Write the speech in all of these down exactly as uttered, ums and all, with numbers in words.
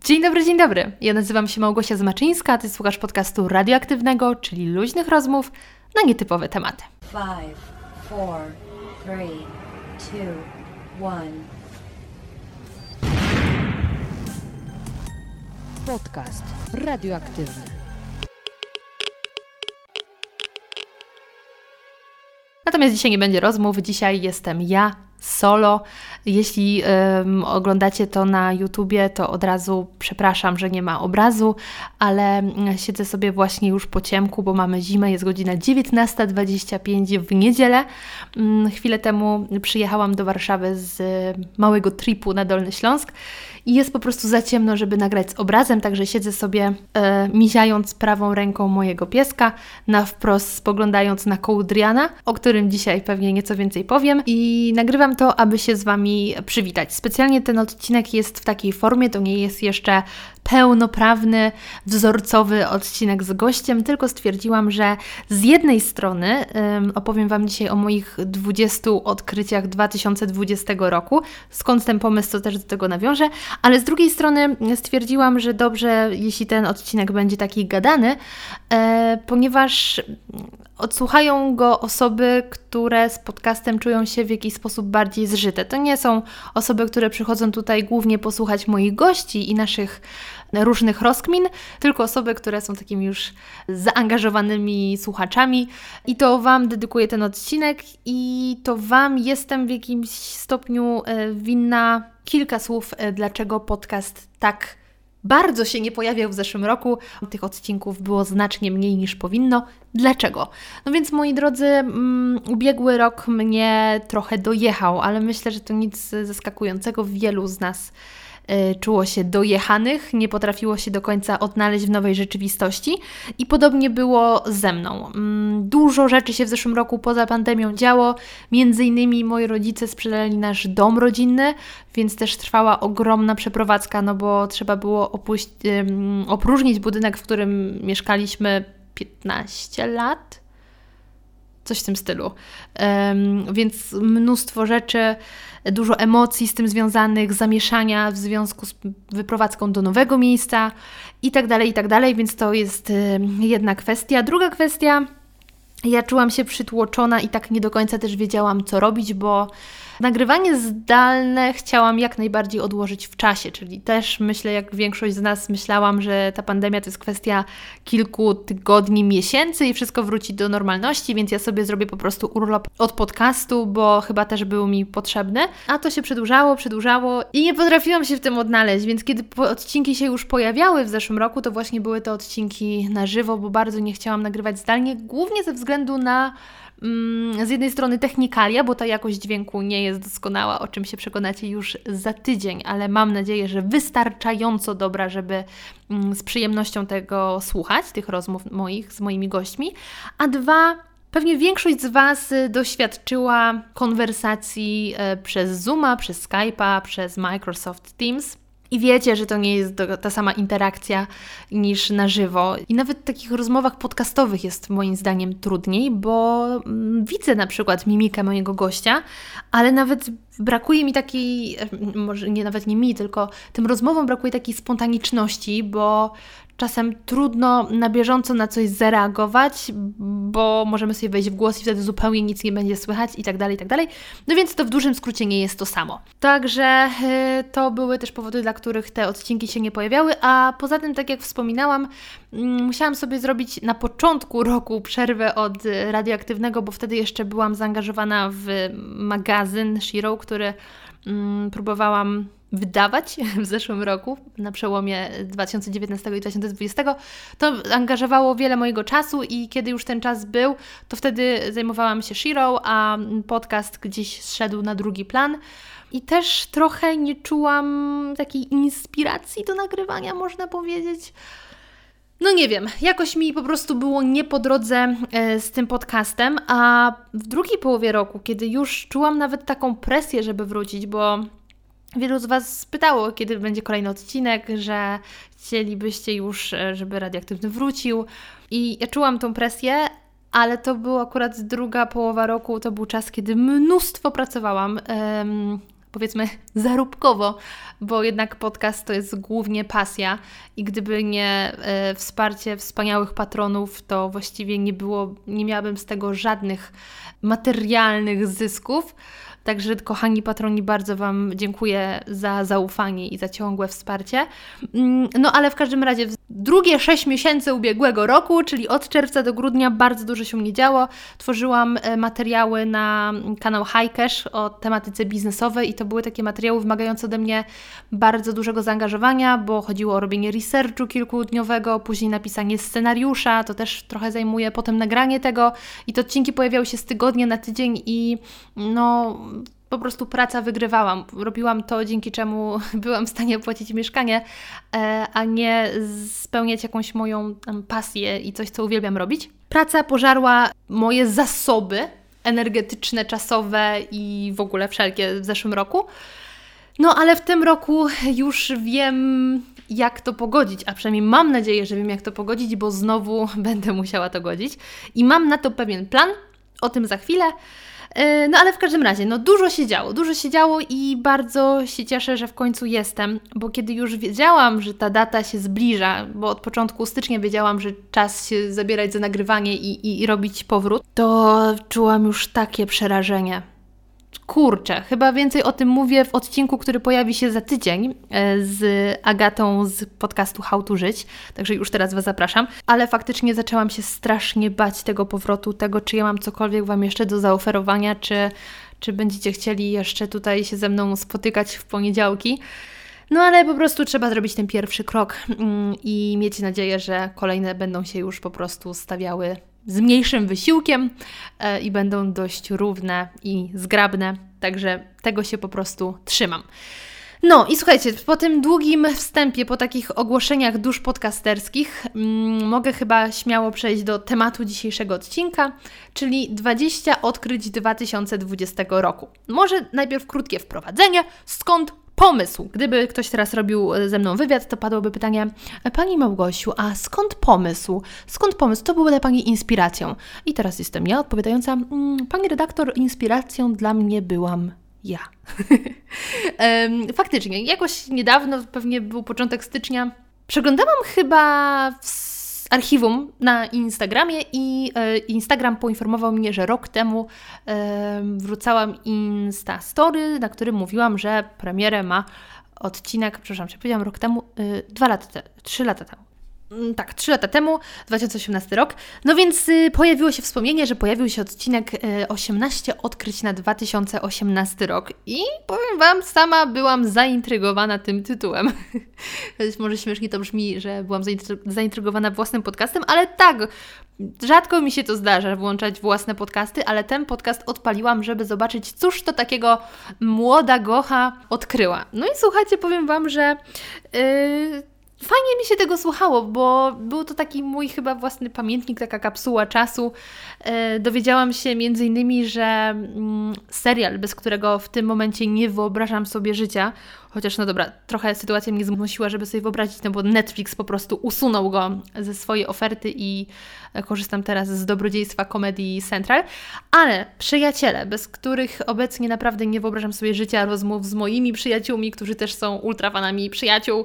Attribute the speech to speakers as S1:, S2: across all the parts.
S1: Dzień dobry, dzień dobry. Ja nazywam się Małgosia Zmaczyńska, a Ty słuchasz podcastu radioaktywnego, czyli luźnych rozmów na nietypowe tematy.
S2: Five, four, three, two, one.
S3: Podcast radioaktywny.
S1: Natomiast dzisiaj nie będzie rozmów, dzisiaj jestem ja, solo. Jeśli um, oglądacie to na YouTubie, to od razu przepraszam, że nie ma obrazu, ale siedzę sobie właśnie już po ciemku, bo mamy zimę, jest godzina dziewiętnasta dwadzieścia pięć w niedzielę. Um, chwilę temu przyjechałam do Warszawy z małego tripu na Dolny Śląsk i jest po prostu za ciemno, żeby nagrać z obrazem, także siedzę sobie e, miziając prawą ręką mojego pieska, na wprost spoglądając na kołdriana, o którym dzisiaj pewnie nieco więcej powiem i nagrywam to, aby się z Wami przywitać. Specjalnie ten odcinek jest w takiej formie, to nie jest jeszcze pełnoprawny, wzorcowy odcinek z gościem, tylko stwierdziłam, że z jednej strony um, opowiem Wam dzisiaj o moich dwudziestu odkryciach dwa tysiące dwudziestego roku, skąd ten pomysł, to też do tego nawiążę, ale z drugiej strony stwierdziłam, że dobrze, jeśli ten odcinek będzie taki gadany, e, ponieważ odsłuchają go osoby, które z podcastem czują się w jakiś sposób bardziej zżyte. To nie są osoby, które przychodzą tutaj głównie posłuchać moich gości i naszych różnych rozkmin, tylko osoby, które są takimi już zaangażowanymi słuchaczami i to Wam dedykuję ten odcinek i to Wam jestem w jakimś stopniu winna kilka słów, dlaczego podcast tak bardzo się nie pojawiał w zeszłym roku. Tych odcinków było znacznie mniej niż powinno. Dlaczego? No więc moi drodzy, um, ubiegły rok mnie trochę dojechał, ale myślę, że to nic zaskakującego. Wielu z nas y, czuło się dojechanych, nie potrafiło się do końca odnaleźć w nowej rzeczywistości i podobnie było ze mną. Um, dużo rzeczy się w zeszłym roku poza pandemią działo, między innymi moi rodzice sprzedali nasz dom rodzinny, więc też trwała ogromna przeprowadzka, no bo trzeba było opuść- um, opróżnić budynek, w którym mieszkaliśmy piętnaście lat? Coś w tym stylu. Um, więc mnóstwo rzeczy, dużo emocji z tym związanych, zamieszania w związku z wyprowadzką do nowego miejsca i tak dalej, i tak dalej, więc to jest um, jedna kwestia. Druga kwestia, ja czułam się przytłoczona i tak nie do końca też wiedziałam, co robić, bo nagrywanie zdalne chciałam jak najbardziej odłożyć w czasie, czyli też myślę, jak większość z nas myślałam, że ta pandemia to jest kwestia kilku tygodni, miesięcy i wszystko wróci do normalności, więc ja sobie zrobię po prostu urlop od podcastu, bo chyba też był mi potrzebny, a to się przedłużało, przedłużało i nie potrafiłam się w tym odnaleźć, więc kiedy odcinki się już pojawiały w zeszłym roku, to właśnie były to odcinki na żywo, bo bardzo nie chciałam nagrywać zdalnie, głównie ze względu na z jednej strony technikalia, bo ta jakość dźwięku nie jest doskonała, o czym się przekonacie już za tydzień, ale mam nadzieję, że wystarczająco dobra, żeby z przyjemnością tego słuchać, tych rozmów moich z moimi gośćmi. A dwa, pewnie większość z Was doświadczyła konwersacji przez Zooma, przez Skype'a, przez Microsoft Teams. I wiecie, że to nie jest ta sama interakcja niż na żywo. I nawet w takich rozmowach podcastowych jest moim zdaniem trudniej, bo widzę na przykład mimikę mojego gościa, ale nawet brakuje mi takiej, może nie nawet nie mi, tylko tym rozmowom brakuje takiej spontaniczności, bo czasem trudno na bieżąco na coś zareagować, bo możemy sobie wejść w głos i wtedy zupełnie nic nie będzie słychać i tak dalej, i tak dalej. No więc to w dużym skrócie nie jest to samo. Także yy, to były też powody, dla których te odcinki się nie pojawiały, a poza tym, tak jak wspominałam, yy, musiałam sobie zrobić na początku roku przerwę od radioaktywnego, bo wtedy jeszcze byłam zaangażowana w magazyn Shiro, który yy, próbowałam wydawać w zeszłym roku, na przełomie dwa tysiące dziewiętnastego i dwa tysiące dwudziestego, to angażowało wiele mojego czasu i kiedy już ten czas był, to wtedy zajmowałam się Shiro, a podcast gdzieś zszedł na drugi plan. I też trochę nie czułam takiej inspiracji do nagrywania, można powiedzieć. No nie wiem, jakoś mi po prostu było nie po drodze e, z tym podcastem, a w drugiej połowie roku, kiedy już czułam nawet taką presję, żeby wrócić, bo wielu z Was pytało, kiedy będzie kolejny odcinek, że chcielibyście już, żeby Radioaktywny wrócił i ja czułam tą presję, ale to była akurat druga połowa roku, to był czas, kiedy mnóstwo pracowałam. Um, powiedzmy zarobkowo, bo jednak podcast to jest głównie pasja i gdyby nie e, wsparcie wspaniałych patronów, to właściwie nie było, nie miałabym z tego żadnych materialnych zysków. Także kochani patroni, bardzo Wam dziękuję za zaufanie i za ciągłe wsparcie. No ale w każdym razie drugie sześć miesięcy ubiegłego roku, czyli od czerwca do grudnia, bardzo dużo się mnie działo. Tworzyłam materiały na kanał Highcash o tematyce biznesowej i to były takie materiały wymagające ode mnie bardzo dużego zaangażowania, bo chodziło o robienie researchu kilkudniowego, później napisanie scenariusza, to też trochę zajmuje, potem nagranie tego i te odcinki pojawiały się z tygodnia na tydzień i no... po prostu praca wygrywałam. Robiłam to, dzięki czemu byłam w stanie opłacić mieszkanie, a nie spełniać jakąś moją tam pasję i coś, co uwielbiam robić. Praca pożarła moje zasoby energetyczne, czasowe i w ogóle wszelkie w zeszłym roku. No ale w tym roku już wiem, jak to pogodzić, a przynajmniej mam nadzieję, że wiem, jak to pogodzić, bo znowu będę musiała to godzić. I mam na to pewien plan, o tym za chwilę. No ale w każdym razie, no dużo się działo, dużo się działo i bardzo się cieszę, że w końcu jestem, bo kiedy już wiedziałam, że ta data się zbliża, bo od początku stycznia wiedziałam, że czas się zabierać za nagrywanie i, i, i robić powrót, to czułam już takie przerażenie. Kurczę, chyba więcej o tym mówię w odcinku, który pojawi się za tydzień z Agatą z podcastu How to Żyć, także już teraz Was zapraszam, ale faktycznie zaczęłam się strasznie bać tego powrotu, tego, czy ja mam cokolwiek Wam jeszcze do zaoferowania, czy, czy będziecie chcieli jeszcze tutaj się ze mną spotykać w poniedziałki. No ale po prostu trzeba zrobić ten pierwszy krok i mieć nadzieję, że kolejne będą się już po prostu stawiały z mniejszym wysiłkiem e, i będą dość równe i zgrabne, także tego się po prostu trzymam. No i słuchajcie, po tym długim wstępie, po takich ogłoszeniach dusz podcasterskich mm, mogę chyba śmiało przejść do tematu dzisiejszego odcinka, czyli dwadzieścia odkryć dwa tysiące dwudziestego roku. Może najpierw krótkie wprowadzenie, skąd pomysł. Gdyby ktoś teraz robił ze mną wywiad, to padłoby pytanie: Pani Małgosiu, a skąd pomysł? Skąd pomysł? To było dla Pani inspiracją. I teraz jestem ja odpowiadająca: mmm, Pani redaktor, inspiracją dla mnie byłam ja. Faktycznie, jakoś niedawno, pewnie był początek stycznia, przeglądałam chyba w archiwum na Instagramie i e, Instagram poinformował mnie, że rok temu e, wrzucałam Insta Story, na którym mówiłam, że premierę ma odcinek, przepraszam, czy powiedziałam rok temu, e, dwa lata temu, trzy lata temu. Tak, trzy lata temu, dwa tysiące osiemnasty rok. No więc y, pojawiło się wspomnienie, że pojawił się odcinek y, osiemnaście odkryć na dwa tysiące osiemnasty rok. I powiem Wam, sama byłam zaintrygowana tym tytułem. Może śmiesznie to brzmi, że byłam zaintrygowana własnym podcastem, ale tak, rzadko mi się to zdarza, włączać własne podcasty, ale ten podcast odpaliłam, żeby zobaczyć, cóż to takiego młoda Gocha odkryła. No i słuchajcie, powiem Wam, że... Yy, Fajnie mi się tego słuchało, bo był to taki mój chyba własny pamiętnik, taka kapsuła czasu. E, dowiedziałam się między innymi, że mm, serial, bez którego w tym momencie nie wyobrażam sobie życia, chociaż no dobra, trochę sytuacja mnie zmusiła, żeby sobie wyobrazić, no bo Netflix po prostu usunął go ze swojej oferty i korzystam teraz z dobrodziejstwa Comedy Central, ale Przyjaciele, bez których obecnie naprawdę nie wyobrażam sobie życia, rozmów z moimi przyjaciółmi, którzy też są ultrafanami przyjaciół,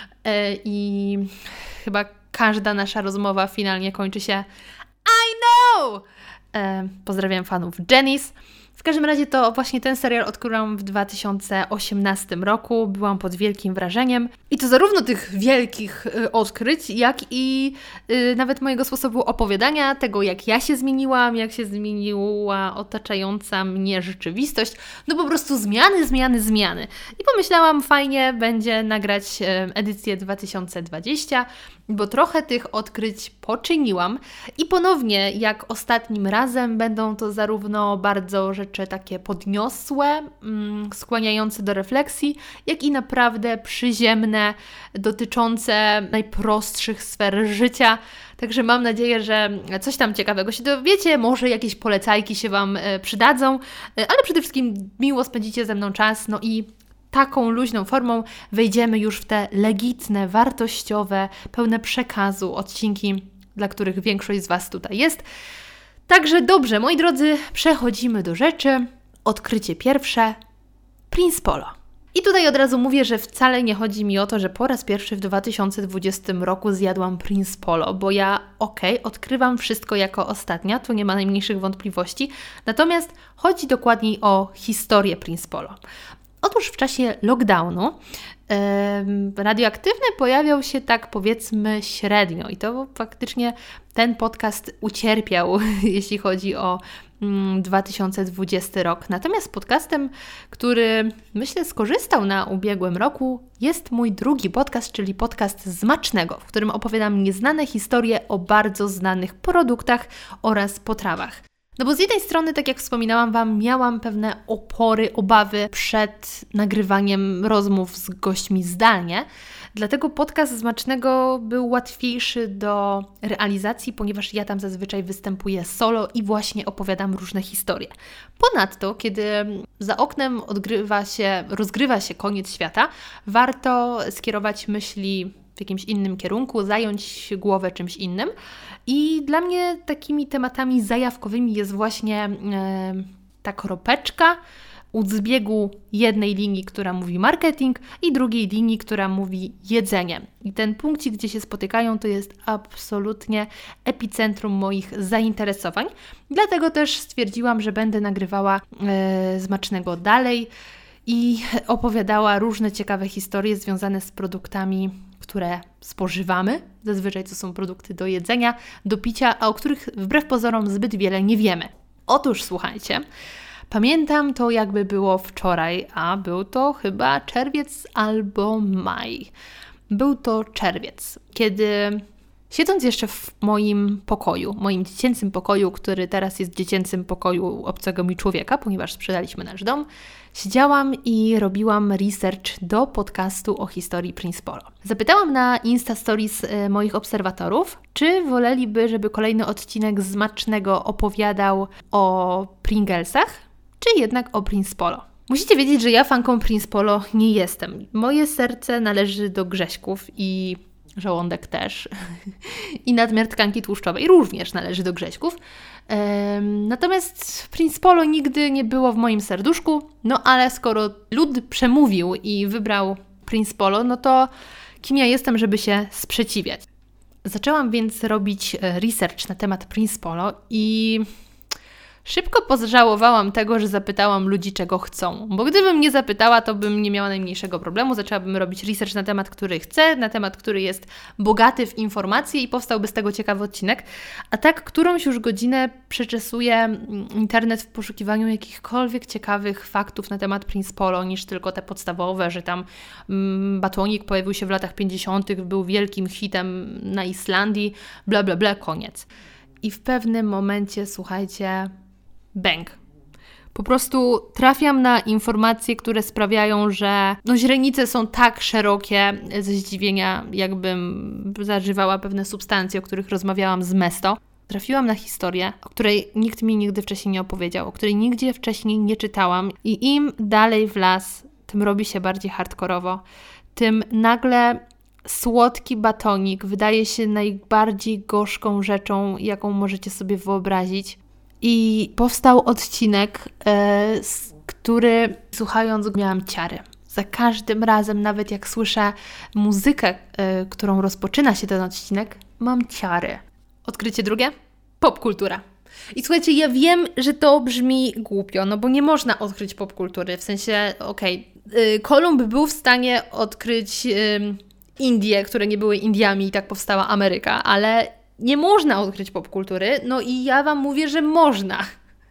S1: i chyba każda nasza rozmowa finalnie kończy się I know! Pozdrawiam fanów Jennys. W każdym razie to właśnie ten serial odkryłam w dwa tysiące osiemnastym roku. Byłam pod wielkim wrażeniem. I to zarówno tych wielkich y, odkryć, jak i y, nawet mojego sposobu opowiadania, tego jak ja się zmieniłam, jak się zmieniła otaczająca mnie rzeczywistość. No po prostu zmiany, zmiany, zmiany. I pomyślałam, fajnie będzie nagrać y, edycję dwa tysiące dwudziestą, bo trochę tych odkryć poczyniłam. I ponownie, jak ostatnim razem, będą to zarówno bardzo rzeczy takie podniosłe, mm, skłaniające do refleksji, jak i naprawdę przyziemne, dotyczące najprostszych sfer życia. Także mam nadzieję, że coś tam ciekawego się dowiecie, może jakieś polecajki się Wam e, przydadzą, e, ale przede wszystkim miło spędzicie ze mną czas, no i taką luźną formą wejdziemy już w te legitne, wartościowe, pełne przekazu odcinki, dla których większość z Was tutaj jest. Także dobrze, moi drodzy, przechodzimy do rzeczy. Odkrycie pierwsze. Prince Polo. I tutaj od razu mówię, że wcale nie chodzi mi o to, że po raz pierwszy w dwa tysiące dwudziestym roku zjadłam Prince Polo, bo ja okej, okay, odkrywam wszystko jako ostatnia, tu nie ma najmniejszych wątpliwości, natomiast chodzi dokładniej o historię Prince Polo. Otóż w czasie lockdownu yy, Radioaktywny pojawiał się tak powiedzmy średnio i to faktycznie ten podcast ucierpiał, jeśli chodzi o dwa tysiące dwudziesty rok. Natomiast podcastem, który myślę skorzystał na ubiegłym roku, jest mój drugi podcast, czyli podcast Smacznego, w którym opowiadam nieznane historie o bardzo znanych produktach oraz potrawach. No bo z jednej strony, tak jak wspominałam Wam, miałam pewne opory, obawy przed nagrywaniem rozmów z gośćmi zdalnie, dlatego podcast Smacznego był łatwiejszy do realizacji, ponieważ ja tam zazwyczaj występuję solo i właśnie opowiadam różne historie. Ponadto, kiedy za oknem odgrywa się, rozgrywa się koniec świata, warto skierować myśli w jakimś innym kierunku, zająć głowę czymś innym. I dla mnie takimi tematami zajawkowymi jest właśnie e, ta kropeczka u zbiegu jednej linii, która mówi marketing i drugiej linii, która mówi jedzenie. I ten punkcik, gdzie się spotykają, to jest absolutnie epicentrum moich zainteresowań. Dlatego też stwierdziłam, że będę nagrywała e, Smacznego dalej i opowiadała różne ciekawe historie związane z produktami, które spożywamy. Zazwyczaj to są produkty do jedzenia, do picia, a o których wbrew pozorom zbyt wiele nie wiemy. Otóż słuchajcie, pamiętam to jakby było wczoraj, a był to chyba czerwiec albo maj. Był to czerwiec, kiedy siedząc jeszcze w moim pokoju, moim dziecięcym pokoju, który teraz jest dziecięcym pokoju obcego mi człowieka, ponieważ sprzedaliśmy nasz dom, siedziałam i robiłam research do podcastu o historii Prince Polo. Zapytałam na Insta Stories moich obserwatorów, czy woleliby, żeby kolejny odcinek Smacznego opowiadał o Pringlesach, czy jednak o Prince Polo. Musicie wiedzieć, że ja fanką Prince Polo nie jestem. Moje serce należy do Grześków i żołądek też. I nadmiar tkanki tłuszczowej również należy do Grześków. Ehm, natomiast Prince Polo nigdy nie było w moim serduszku, no ale skoro lud przemówił i wybrał Prince Polo, no to kim ja jestem, żeby się sprzeciwiać? Zaczęłam więc robić research na temat Prince Polo i szybko pożałowałam tego, że zapytałam ludzi, czego chcą. Bo gdybym nie zapytała, to bym nie miała najmniejszego problemu. Zaczęłabym robić research na temat, który chcę, na temat, który jest bogaty w informacje i powstałby z tego ciekawy odcinek. A tak którąś już godzinę przeczesuję internet w poszukiwaniu jakichkolwiek ciekawych faktów na temat Prince Polo, niż tylko te podstawowe, że tam mm, batonik pojawił się w latach pięćdziesiątych, był wielkim hitem na Islandii, bla bla bla, koniec. I w pewnym momencie, słuchajcie, bęk. Po prostu trafiam na informacje, które sprawiają, że no, źrenice są tak szerokie ze zdziwienia, jakbym zażywała pewne substancje, o których rozmawiałam z Mesto. Trafiłam na historię, o której nikt mi nigdy wcześniej nie opowiedział, o której nigdzie wcześniej nie czytałam i im dalej w las, tym robi się bardziej hardkorowo, tym nagle słodki batonik wydaje się najbardziej gorzką rzeczą, jaką możecie sobie wyobrazić. I powstał odcinek, e, który słuchając miałam ciary. Za każdym razem, nawet jak słyszę muzykę, e, którą rozpoczyna się ten odcinek, mam ciary. Odkrycie drugie? Popkultura. I słuchajcie, ja wiem, że to brzmi głupio, no bo nie można odkryć popkultury. W sensie, okej, okay, Kolumb był w stanie odkryć y, Indie, które nie były Indiami i tak powstała Ameryka, ale nie można odkryć popkultury, no i ja Wam mówię, że można.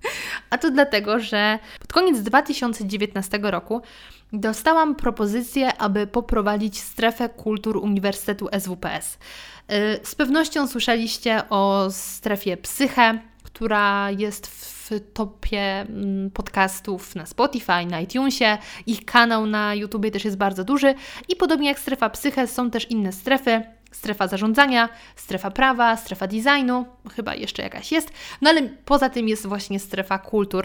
S1: A to dlatego, że pod koniec dwa tysiące dziewiętnastego roku dostałam propozycję, aby poprowadzić strefę kultur Uniwersytetu S W P S. Z pewnością słyszeliście o strefie Psyche, która jest w topie podcastów na Spotify, na iTunesie. Ich kanał na YouTubie też jest bardzo duży i podobnie jak strefa Psyche są też inne strefy. Strefa zarządzania, strefa prawa, strefa designu, chyba jeszcze jakaś jest, no ale poza tym jest właśnie strefa kultur.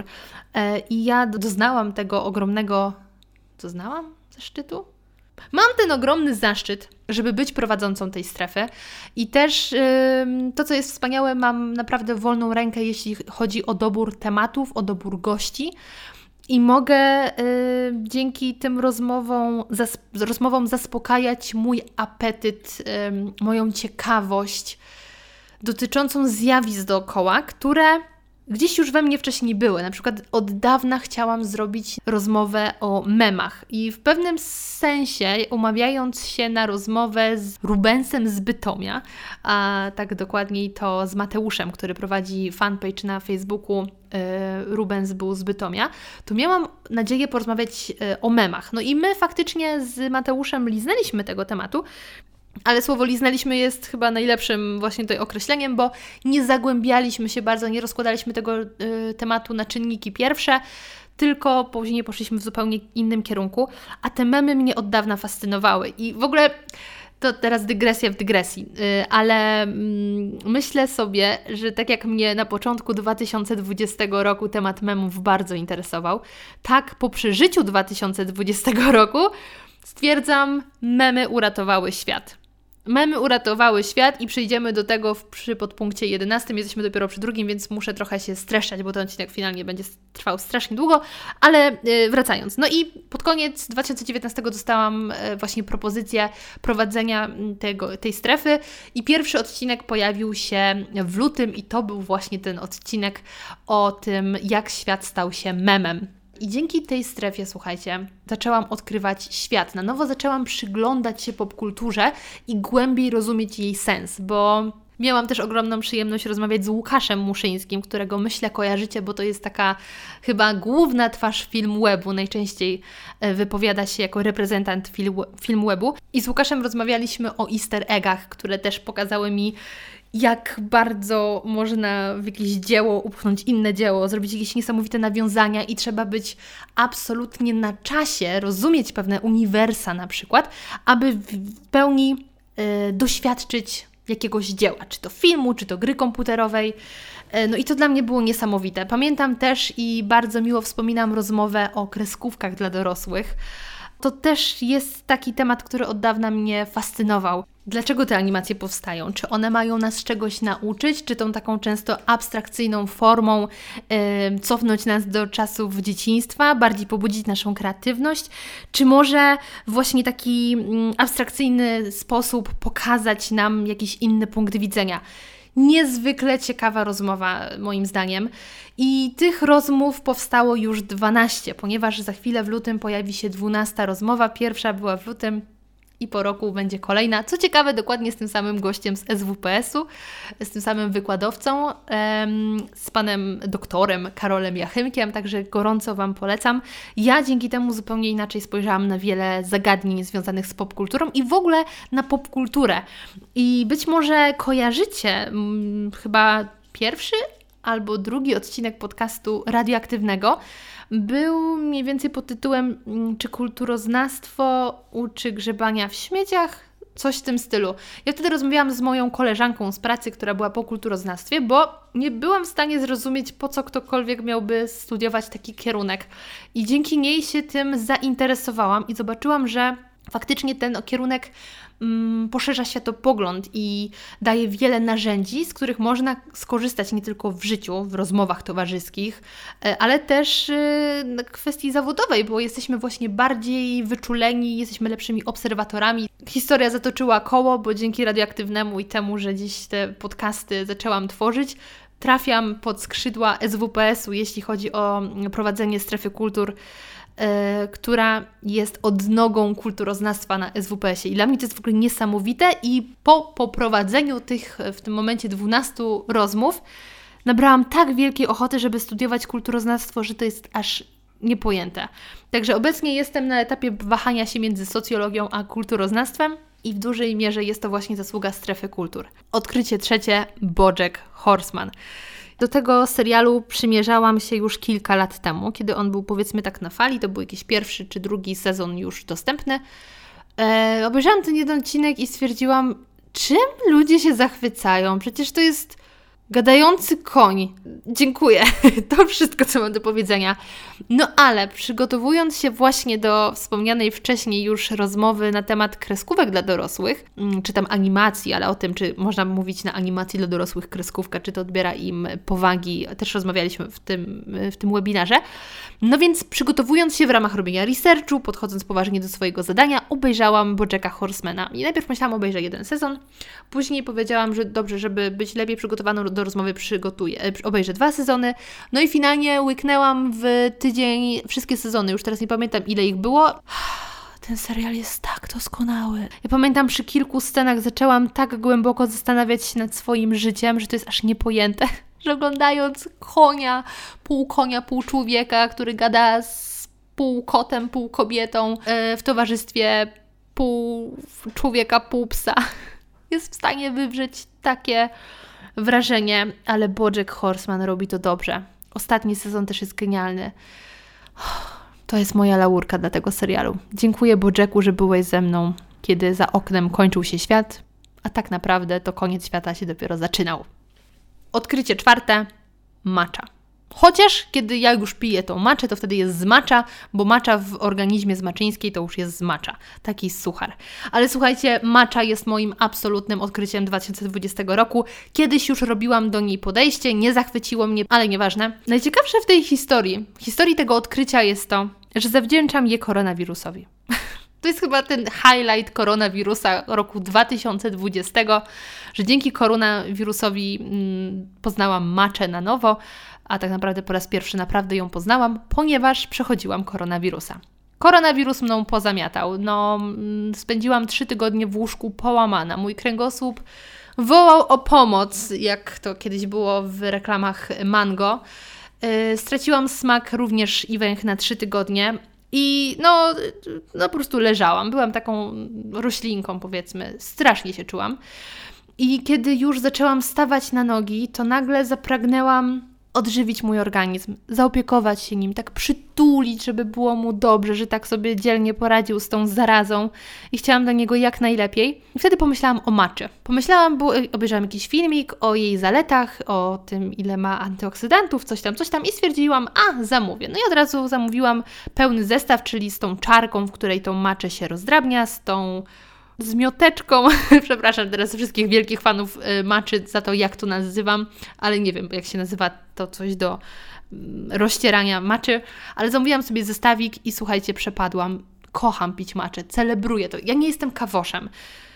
S1: I ja doznałam tego ogromnego, doznałam zaszczytu? Mam ten ogromny zaszczyt, żeby być prowadzącą tej strefy i też yy, to, co jest wspaniałe, mam naprawdę wolną rękę, jeśli chodzi o dobór tematów, o dobór gości I mogę y, dzięki tym rozmowom, zas- rozmowom zaspokajać mój apetyt, y, moją ciekawość dotyczącą zjawisk dookoła, które gdzieś już we mnie wcześniej były. Na przykład od dawna chciałam zrobić rozmowę o memach i w pewnym sensie umawiając się na rozmowę z Rubensem z Bytomia, a tak dokładniej to z Mateuszem, który prowadzi fanpage na Facebooku yy, Rubens był z Bytomia, to miałam nadzieję porozmawiać yy, o memach. No i my faktycznie z Mateuszem liznęliśmy tego tematu, ale słowo liznęliśmy jest chyba najlepszym właśnie tutaj określeniem, bo nie zagłębialiśmy się bardzo, nie rozkładaliśmy tego y, tematu na czynniki pierwsze, tylko później poszliśmy w zupełnie innym kierunku, a te memy mnie od dawna fascynowały. I w ogóle to teraz dygresja w dygresji, y, ale y, myślę sobie, że tak jak mnie na początku dwa tysiące dwudziestego roku temat memów bardzo interesował, tak po przeżyciu dwa tysiące dwudziestego roku stwierdzam, memy uratowały świat. Memy uratowały świat i przejdziemy do tego w, przy podpunkcie jedenastym. Jesteśmy dopiero przy drugim, więc muszę trochę się streszczać, bo ten odcinek finalnie będzie trwał strasznie długo, ale yy, wracając. No i pod koniec dwa tysiące dziewiętnastego dostałam yy, właśnie propozycję prowadzenia tego, tej strefy i pierwszy odcinek pojawił się w lutym i to był właśnie ten odcinek o tym, jak świat stał się memem. I dzięki tej strefie, słuchajcie, zaczęłam odkrywać świat. Na nowo zaczęłam przyglądać się popkulturze i głębiej rozumieć jej sens, bo miałam też ogromną przyjemność rozmawiać z Łukaszem Muszyńskim, którego myślę kojarzycie, bo to jest taka chyba główna twarz Filmwebu. Najczęściej wypowiada się jako reprezentant Filmwebu. I z Łukaszem rozmawialiśmy o easter eggach, które też pokazały mi, jak bardzo można w jakieś dzieło upchnąć inne dzieło, zrobić jakieś niesamowite nawiązania i trzeba być absolutnie na czasie, rozumieć pewne uniwersa na przykład, aby w pełni y, doświadczyć jakiegoś dzieła, czy to filmu, czy to gry komputerowej. Y, no i to dla mnie było niesamowite. Pamiętam też i bardzo miło wspominam rozmowę o kreskówkach dla dorosłych. To też jest taki temat, który od dawna mnie fascynował. Dlaczego te animacje powstają? Czy one mają nas czegoś nauczyć? Czy tą taką często abstrakcyjną formą yy, cofnąć nas do czasów dzieciństwa, bardziej pobudzić naszą kreatywność? Czy może właśnie taki yy, abstrakcyjny sposób pokazać nam jakiś inny punkt widzenia? Niezwykle ciekawa rozmowa moim zdaniem i tych rozmów powstało już dwanaście, ponieważ za chwilę w lutym pojawi się dwunasta rozmowa. Pierwsza była w lutym i po roku będzie kolejna. Co ciekawe, dokładnie z tym samym gościem z S W P S-u, z tym samym wykładowcą, em, z panem doktorem Karolem Jachymkiem, także gorąco Wam polecam. Ja dzięki temu zupełnie inaczej spojrzałam na wiele zagadnień związanych z popkulturą i w ogóle na popkulturę. I być może kojarzycie m, chyba pierwszy albo drugi odcinek podcastu radioaktywnego, był mniej więcej pod tytułem czy kulturoznawstwo uczy grzebania w śmieciach? Coś w tym stylu. Ja wtedy rozmawiałam z moją koleżanką z pracy, która była po kulturoznawstwie, bo nie byłam w stanie zrozumieć, po co ktokolwiek miałby studiować taki kierunek. I dzięki niej się tym zainteresowałam i zobaczyłam, że faktycznie ten kierunek mm, poszerza światopogląd i daje wiele narzędzi, z których można skorzystać nie tylko w życiu, w rozmowach towarzyskich, ale też w kwestii zawodowej, bo jesteśmy właśnie bardziej wyczuleni, jesteśmy lepszymi obserwatorami. Historia zatoczyła koło, bo dzięki radioaktywnemu i temu, że dziś te podcasty zaczęłam tworzyć, trafiam pod skrzydła S W P S-u, jeśli chodzi o prowadzenie strefy kultur, Yy, która jest odnogą kulturoznawstwa na S W P S-ie. I dla mnie to jest w ogóle niesamowite i po poprowadzeniu tych w tym momencie dwunastu rozmów nabrałam tak wielkiej ochoty, żeby studiować kulturoznawstwo, że to jest aż niepojęte. Także obecnie jestem na etapie wahania się między socjologią a kulturoznawstwem i w dużej mierze jest to właśnie zasługa strefy kultur. Odkrycie trzecie, BoJack Horseman. Do tego serialu przymierzałam się już kilka lat temu, kiedy on był powiedzmy tak na fali, to był jakiś pierwszy czy drugi sezon już dostępny. E, obejrzałam ten jeden odcinek i stwierdziłam, czym ludzie się zachwycają? Przecież to jest Gadający koń. Dziękuję. To wszystko, co mam do powiedzenia. No ale przygotowując się właśnie do wspomnianej wcześniej już rozmowy na temat kreskówek dla dorosłych, czy tam animacji, ale o tym, czy można mówić na animacji dla dorosłych kreskówka, czy to odbiera im powagi, też rozmawialiśmy w tym, w tym webinarze. No więc przygotowując się w ramach robienia researchu, podchodząc poważnie do swojego zadania, obejrzałam BoJacka Horsemana. I najpierw myślałam, obejrzę jeden sezon, później powiedziałam, że dobrze, żeby być lepiej przygotowaną do rozmowy, przygotuję, obejrzę dwa sezony. No i finalnie łyknęłam w tydzień wszystkie sezony. Już teraz nie pamiętam, ile ich było. Ten serial jest tak doskonały. Ja pamiętam, przy kilku scenach zaczęłam tak głęboko zastanawiać się nad swoim życiem, że to jest aż niepojęte, że oglądając konia, pół konia, pół człowieka, który gada z pół kotem, pół kobietą w towarzystwie pół człowieka, pół psa, jest w stanie wywrzeć takie wrażenie, ale BoJack Horseman robi to dobrze. Ostatni sezon też jest genialny. To jest moja laurka dla tego serialu. Dziękuję BoJacku, że byłeś ze mną, kiedy za oknem kończył się świat, a tak naprawdę to koniec świata się dopiero zaczynał. Odkrycie czwarte. Matcha. Chociaż kiedy ja już piję tą matchę, to wtedy jest z matcha, bo matcha w organizmie zmaczyńskiej to już jest z matcha. Taki suchar. Ale słuchajcie, matcha jest moim absolutnym odkryciem dwa tysiące dwudziestego roku. Kiedyś już robiłam do niej podejście, nie zachwyciło mnie, ale nieważne. Najciekawsze w tej historii, historii tego odkrycia jest to, że zawdzięczam je koronawirusowi. To jest chyba ten highlight koronawirusa roku dwa tysiące dwudziestego, że dzięki koronawirusowi mm, poznałam matchę na nowo, a tak naprawdę po raz pierwszy naprawdę ją poznałam, ponieważ przechodziłam koronawirusa. Koronawirus mną pozamiatał. No, mm, spędziłam trzy tygodnie w łóżku połamana. Mój kręgosłup wołał o pomoc, jak to kiedyś było w reklamach Mango. Yy, straciłam smak również i węch na trzy tygodnie. I no, no po prostu leżałam. Byłam taką roślinką, powiedzmy. Strasznie się czułam. I kiedy już zaczęłam stawać na nogi, to nagle zapragnęłam odżywić mój organizm, zaopiekować się nim, tak przytulić, żeby było mu dobrze, że tak sobie dzielnie poradził z tą zarazą i chciałam dla niego jak najlepiej. I wtedy pomyślałam o matczy. Pomyślałam, bo obejrzałam jakiś filmik o jej zaletach, o tym, ile ma antyoksydantów, coś tam, coś tam i stwierdziłam, a zamówię. No i od razu zamówiłam pełny zestaw, czyli z tą czarką, w której tą matczę się rozdrabnia, z tą z mioteczką, przepraszam teraz wszystkich wielkich fanów y, matczy za to, jak to nazywam, ale nie wiem, jak się nazywa to coś do y, rozcierania matczy, ale zamówiłam sobie zestawik i słuchajcie, przepadłam. Kocham pić matczę, celebruję to. Ja nie jestem kawoszem.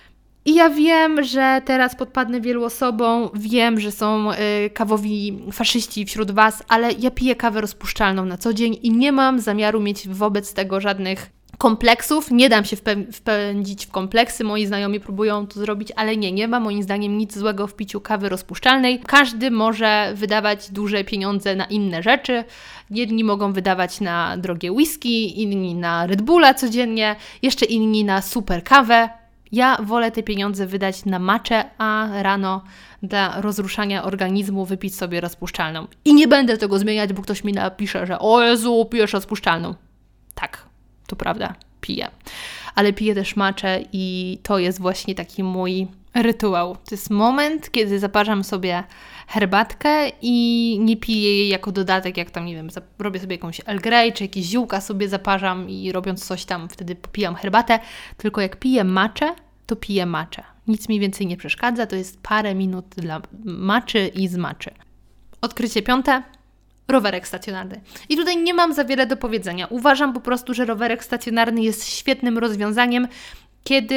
S1: I ja wiem, że teraz podpadnę wielu osobom, wiem, że są y, kawowi faszyści wśród Was, ale ja piję kawę rozpuszczalną na co dzień i nie mam zamiaru mieć wobec tego żadnych kompleksów, nie dam się wpę- wpędzić w kompleksy, moi znajomi próbują to zrobić, ale nie, nie ma moim zdaniem nic złego w piciu kawy rozpuszczalnej. Każdy może wydawać duże pieniądze na inne rzeczy, jedni mogą wydawać na drogie whisky, inni na Red Bulla codziennie, jeszcze inni na super kawę. Ja wolę te pieniądze wydać na matchę, a rano dla rozruszania organizmu wypić sobie rozpuszczalną. I nie będę tego zmieniać, bo ktoś mi napisze, że o Jezu, pijesz rozpuszczalną. Tak. To prawda, piję. Ale piję też matchę i to jest właśnie taki mój rytuał. To jest moment, kiedy zaparzam sobie herbatkę i nie piję jej jako dodatek, jak tam, nie wiem, robię sobie jakąś Earl Grey, czy jakieś ziółka sobie zaparzam i robiąc coś tam, wtedy popijam herbatę. Tylko jak piję matchę, to piję matchę. Nic mi więcej nie przeszkadza, to jest parę minut dla matczy i z matczy. Odkrycie piąte. Rowerek stacjonarny. I tutaj nie mam za wiele do powiedzenia. Uważam po prostu, że rowerek stacjonarny jest świetnym rozwiązaniem, kiedy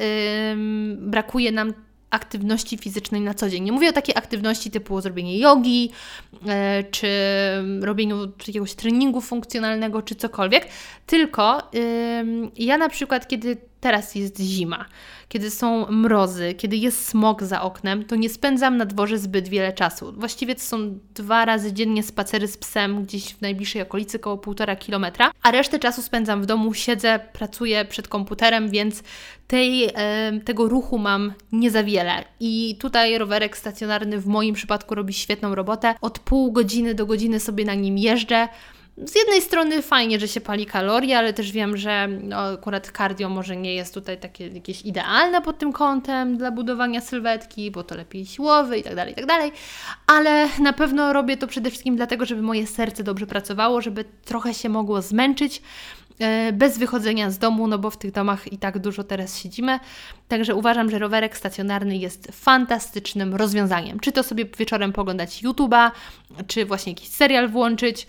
S1: yy, brakuje nam aktywności fizycznej na co dzień. Nie mówię o takiej aktywności typu zrobienie jogi, yy, czy robieniu jakiegoś treningu funkcjonalnego, czy cokolwiek, tylko yy, ja na przykład, kiedy teraz jest zima, kiedy są mrozy, kiedy jest smog za oknem, to nie spędzam na dworze zbyt wiele czasu. Właściwie to są dwa razy dziennie spacery z psem gdzieś w najbliższej okolicy, koło półtora kilometra, a resztę czasu spędzam w domu, siedzę, pracuję przed komputerem, więc tej, e, tego ruchu mam nie za wiele. I tutaj rowerek stacjonarny w moim przypadku robi świetną robotę. Od pół godziny do godziny sobie na nim jeżdżę. z jednej strony fajnie, że się pali kalorie, ale też wiem, że no, akurat cardio może nie jest tutaj takie jakieś idealne pod tym kątem dla budowania sylwetki, bo to lepiej siłowy i tak dalej, i tak dalej, ale na pewno robię to przede wszystkim dlatego, żeby moje serce dobrze pracowało, żeby trochę się mogło zmęczyć yy, bez wychodzenia z domu, no bo w tych domach i tak dużo teraz siedzimy, także uważam, że rowerek stacjonarny jest fantastycznym rozwiązaniem. Czy to sobie wieczorem pooglądać YouTube'a, czy właśnie jakiś serial włączyć.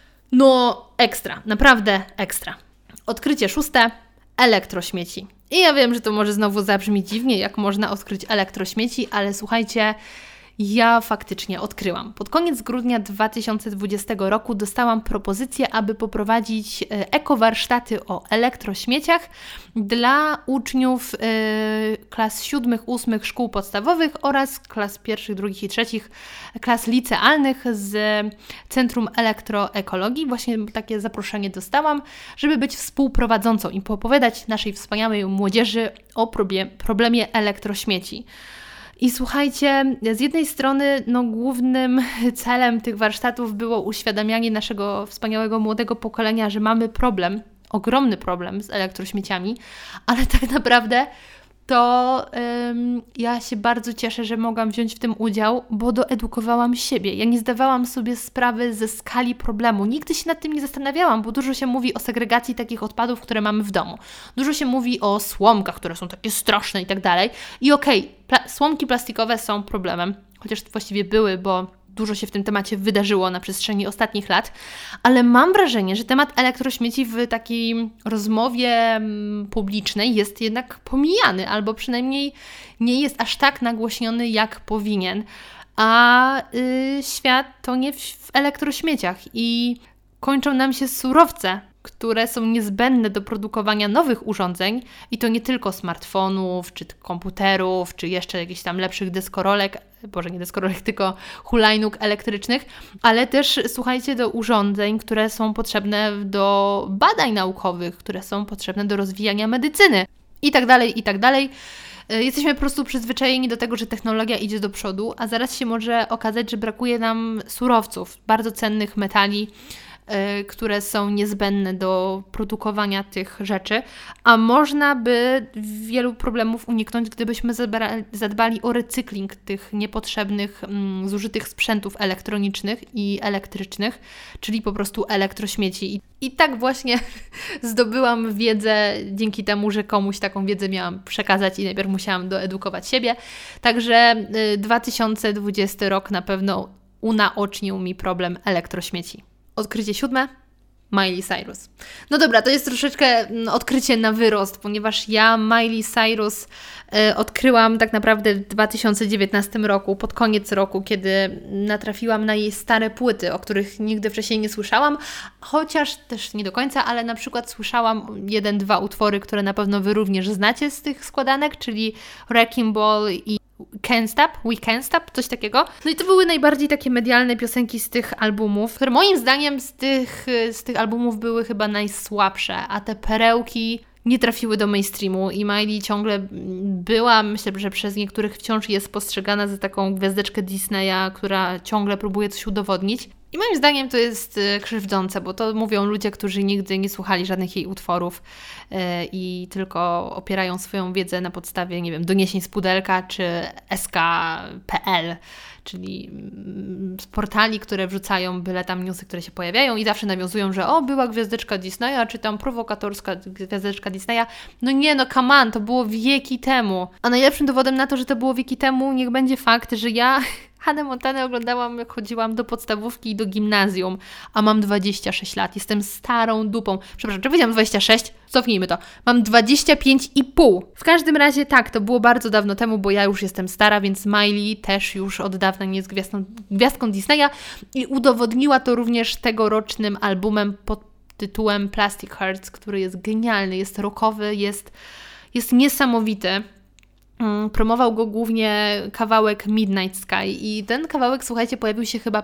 S1: No ekstra, naprawdę ekstra. Odkrycie szóste, elektrośmieci. I ja wiem, że to może znowu zabrzmi dziwnie, jak można odkryć elektrośmieci, ale słuchajcie, ja faktycznie odkryłam. Pod koniec grudnia dwa tysiące dwudziestego roku dostałam propozycję, aby poprowadzić ekowarsztaty o elektrośmieciach dla uczniów yy, klas siódmych, ósmych szkół podstawowych oraz klas pierwszych, drugich i trzecich klas licealnych z Centrum Elektroekologii. Właśnie takie zaproszenie dostałam, żeby być współprowadzącą i poopowiadać naszej wspaniałej młodzieży o problemie elektrośmieci. I słuchajcie, z jednej strony no, głównym celem tych warsztatów było uświadamianie naszego wspaniałego młodego pokolenia, że mamy problem, ogromny problem z elektrośmieciami, ale tak naprawdę to ym, ja się bardzo cieszę, że mogłam wziąć w tym udział, bo doedukowałam siebie. Ja nie zdawałam sobie sprawy ze skali problemu. Nigdy się nad tym nie zastanawiałam, bo dużo się mówi o segregacji takich odpadów, które mamy w domu. Dużo się mówi o słomkach, które są takie straszne i tak dalej. I okej, okay, pla- słomki plastikowe są problemem, chociaż właściwie były, bo dużo się w tym temacie wydarzyło na przestrzeni ostatnich lat, ale mam wrażenie, że temat elektrośmieci w takiej rozmowie publicznej jest jednak pomijany, albo przynajmniej nie jest aż tak nagłośniony, jak powinien. A yy, świat tonie w, w elektrośmieciach i kończą nam się surowce, które są niezbędne do produkowania nowych urządzeń i to nie tylko smartfonów, czy komputerów, czy jeszcze jakichś tam lepszych deskorolek, boże nie deskorolek, tylko hulajnóg elektrycznych, ale też słuchajcie do urządzeń, które są potrzebne do badań naukowych, które są potrzebne do rozwijania medycyny i tak dalej, i tak dalej. Jesteśmy po prostu przyzwyczajeni do tego, że technologia idzie do przodu, a zaraz się może okazać, że brakuje nam surowców, bardzo cennych metali, które są niezbędne do produkowania tych rzeczy, a można by wielu problemów uniknąć, gdybyśmy zadbali o recykling tych niepotrzebnych, zużytych sprzętów elektronicznych i elektrycznych, czyli po prostu elektrośmieci. I, i tak właśnie zdobyłam wiedzę dzięki temu, że komuś taką wiedzę miałam przekazać i najpierw musiałam doedukować siebie. Także dwa tysiące dwudziesty rok na pewno unaocznił mi problem elektrośmieci. Odkrycie siódme. Miley Cyrus. No dobra, to jest troszeczkę odkrycie na wyrost, ponieważ ja Miley Cyrus y, odkryłam tak naprawdę w dwa tysiące dziewiętnastym roku, pod koniec roku, kiedy natrafiłam na jej stare płyty, o których nigdy wcześniej nie słyszałam, chociaż też nie do końca, ale na przykład słyszałam jeden, dwa utwory, które na pewno Wy również znacie z tych składanek, czyli Wrecking Ball i Can't Stop, We Can't Stop, coś takiego. No i to były najbardziej takie medialne piosenki z tych albumów, które moim zdaniem z tych, z tych albumów były chyba najsłabsze, a te perełki nie trafiły do mainstreamu i Miley ciągle była, myślę, że przez niektórych wciąż jest postrzegana za taką gwiazdeczkę Disneya, która ciągle próbuje coś udowodnić. I moim zdaniem to jest krzywdzące, bo to mówią ludzie, którzy nigdy nie słuchali żadnych jej utworów yy, i tylko opierają swoją wiedzę na podstawie, nie wiem, doniesień z Pudelka czy S K kropka P L, czyli z portali, które wrzucają byle tam newsy, które się pojawiają i zawsze nawiązują, że o, była gwiazdeczka Disneya, czy tam prowokatorska gwiazdeczka Disneya. No nie, no come on, to było wieki temu. A najlepszym dowodem na to, że to było wieki temu, niech będzie fakt, że ja Hannah Montanę oglądałam, jak chodziłam do podstawówki i do gimnazjum, a mam dwadzieścia sześć lat. Jestem starą dupą. Przepraszam, czy powiedziałam dwadzieścia sześć? Cofnijmy to. Mam dwadzieścia pięć i pół. W każdym razie tak, to było bardzo dawno temu, bo ja już jestem stara, więc Miley też już od dawna nie jest gwiazdką, gwiazdką Disneya i udowodniła to również tegorocznym albumem pod tytułem Plastic Hearts, który jest genialny, jest rockowy, jest, jest niesamowity. Promował go głównie kawałek Midnight Sky i ten kawałek, słuchajcie, pojawił się chyba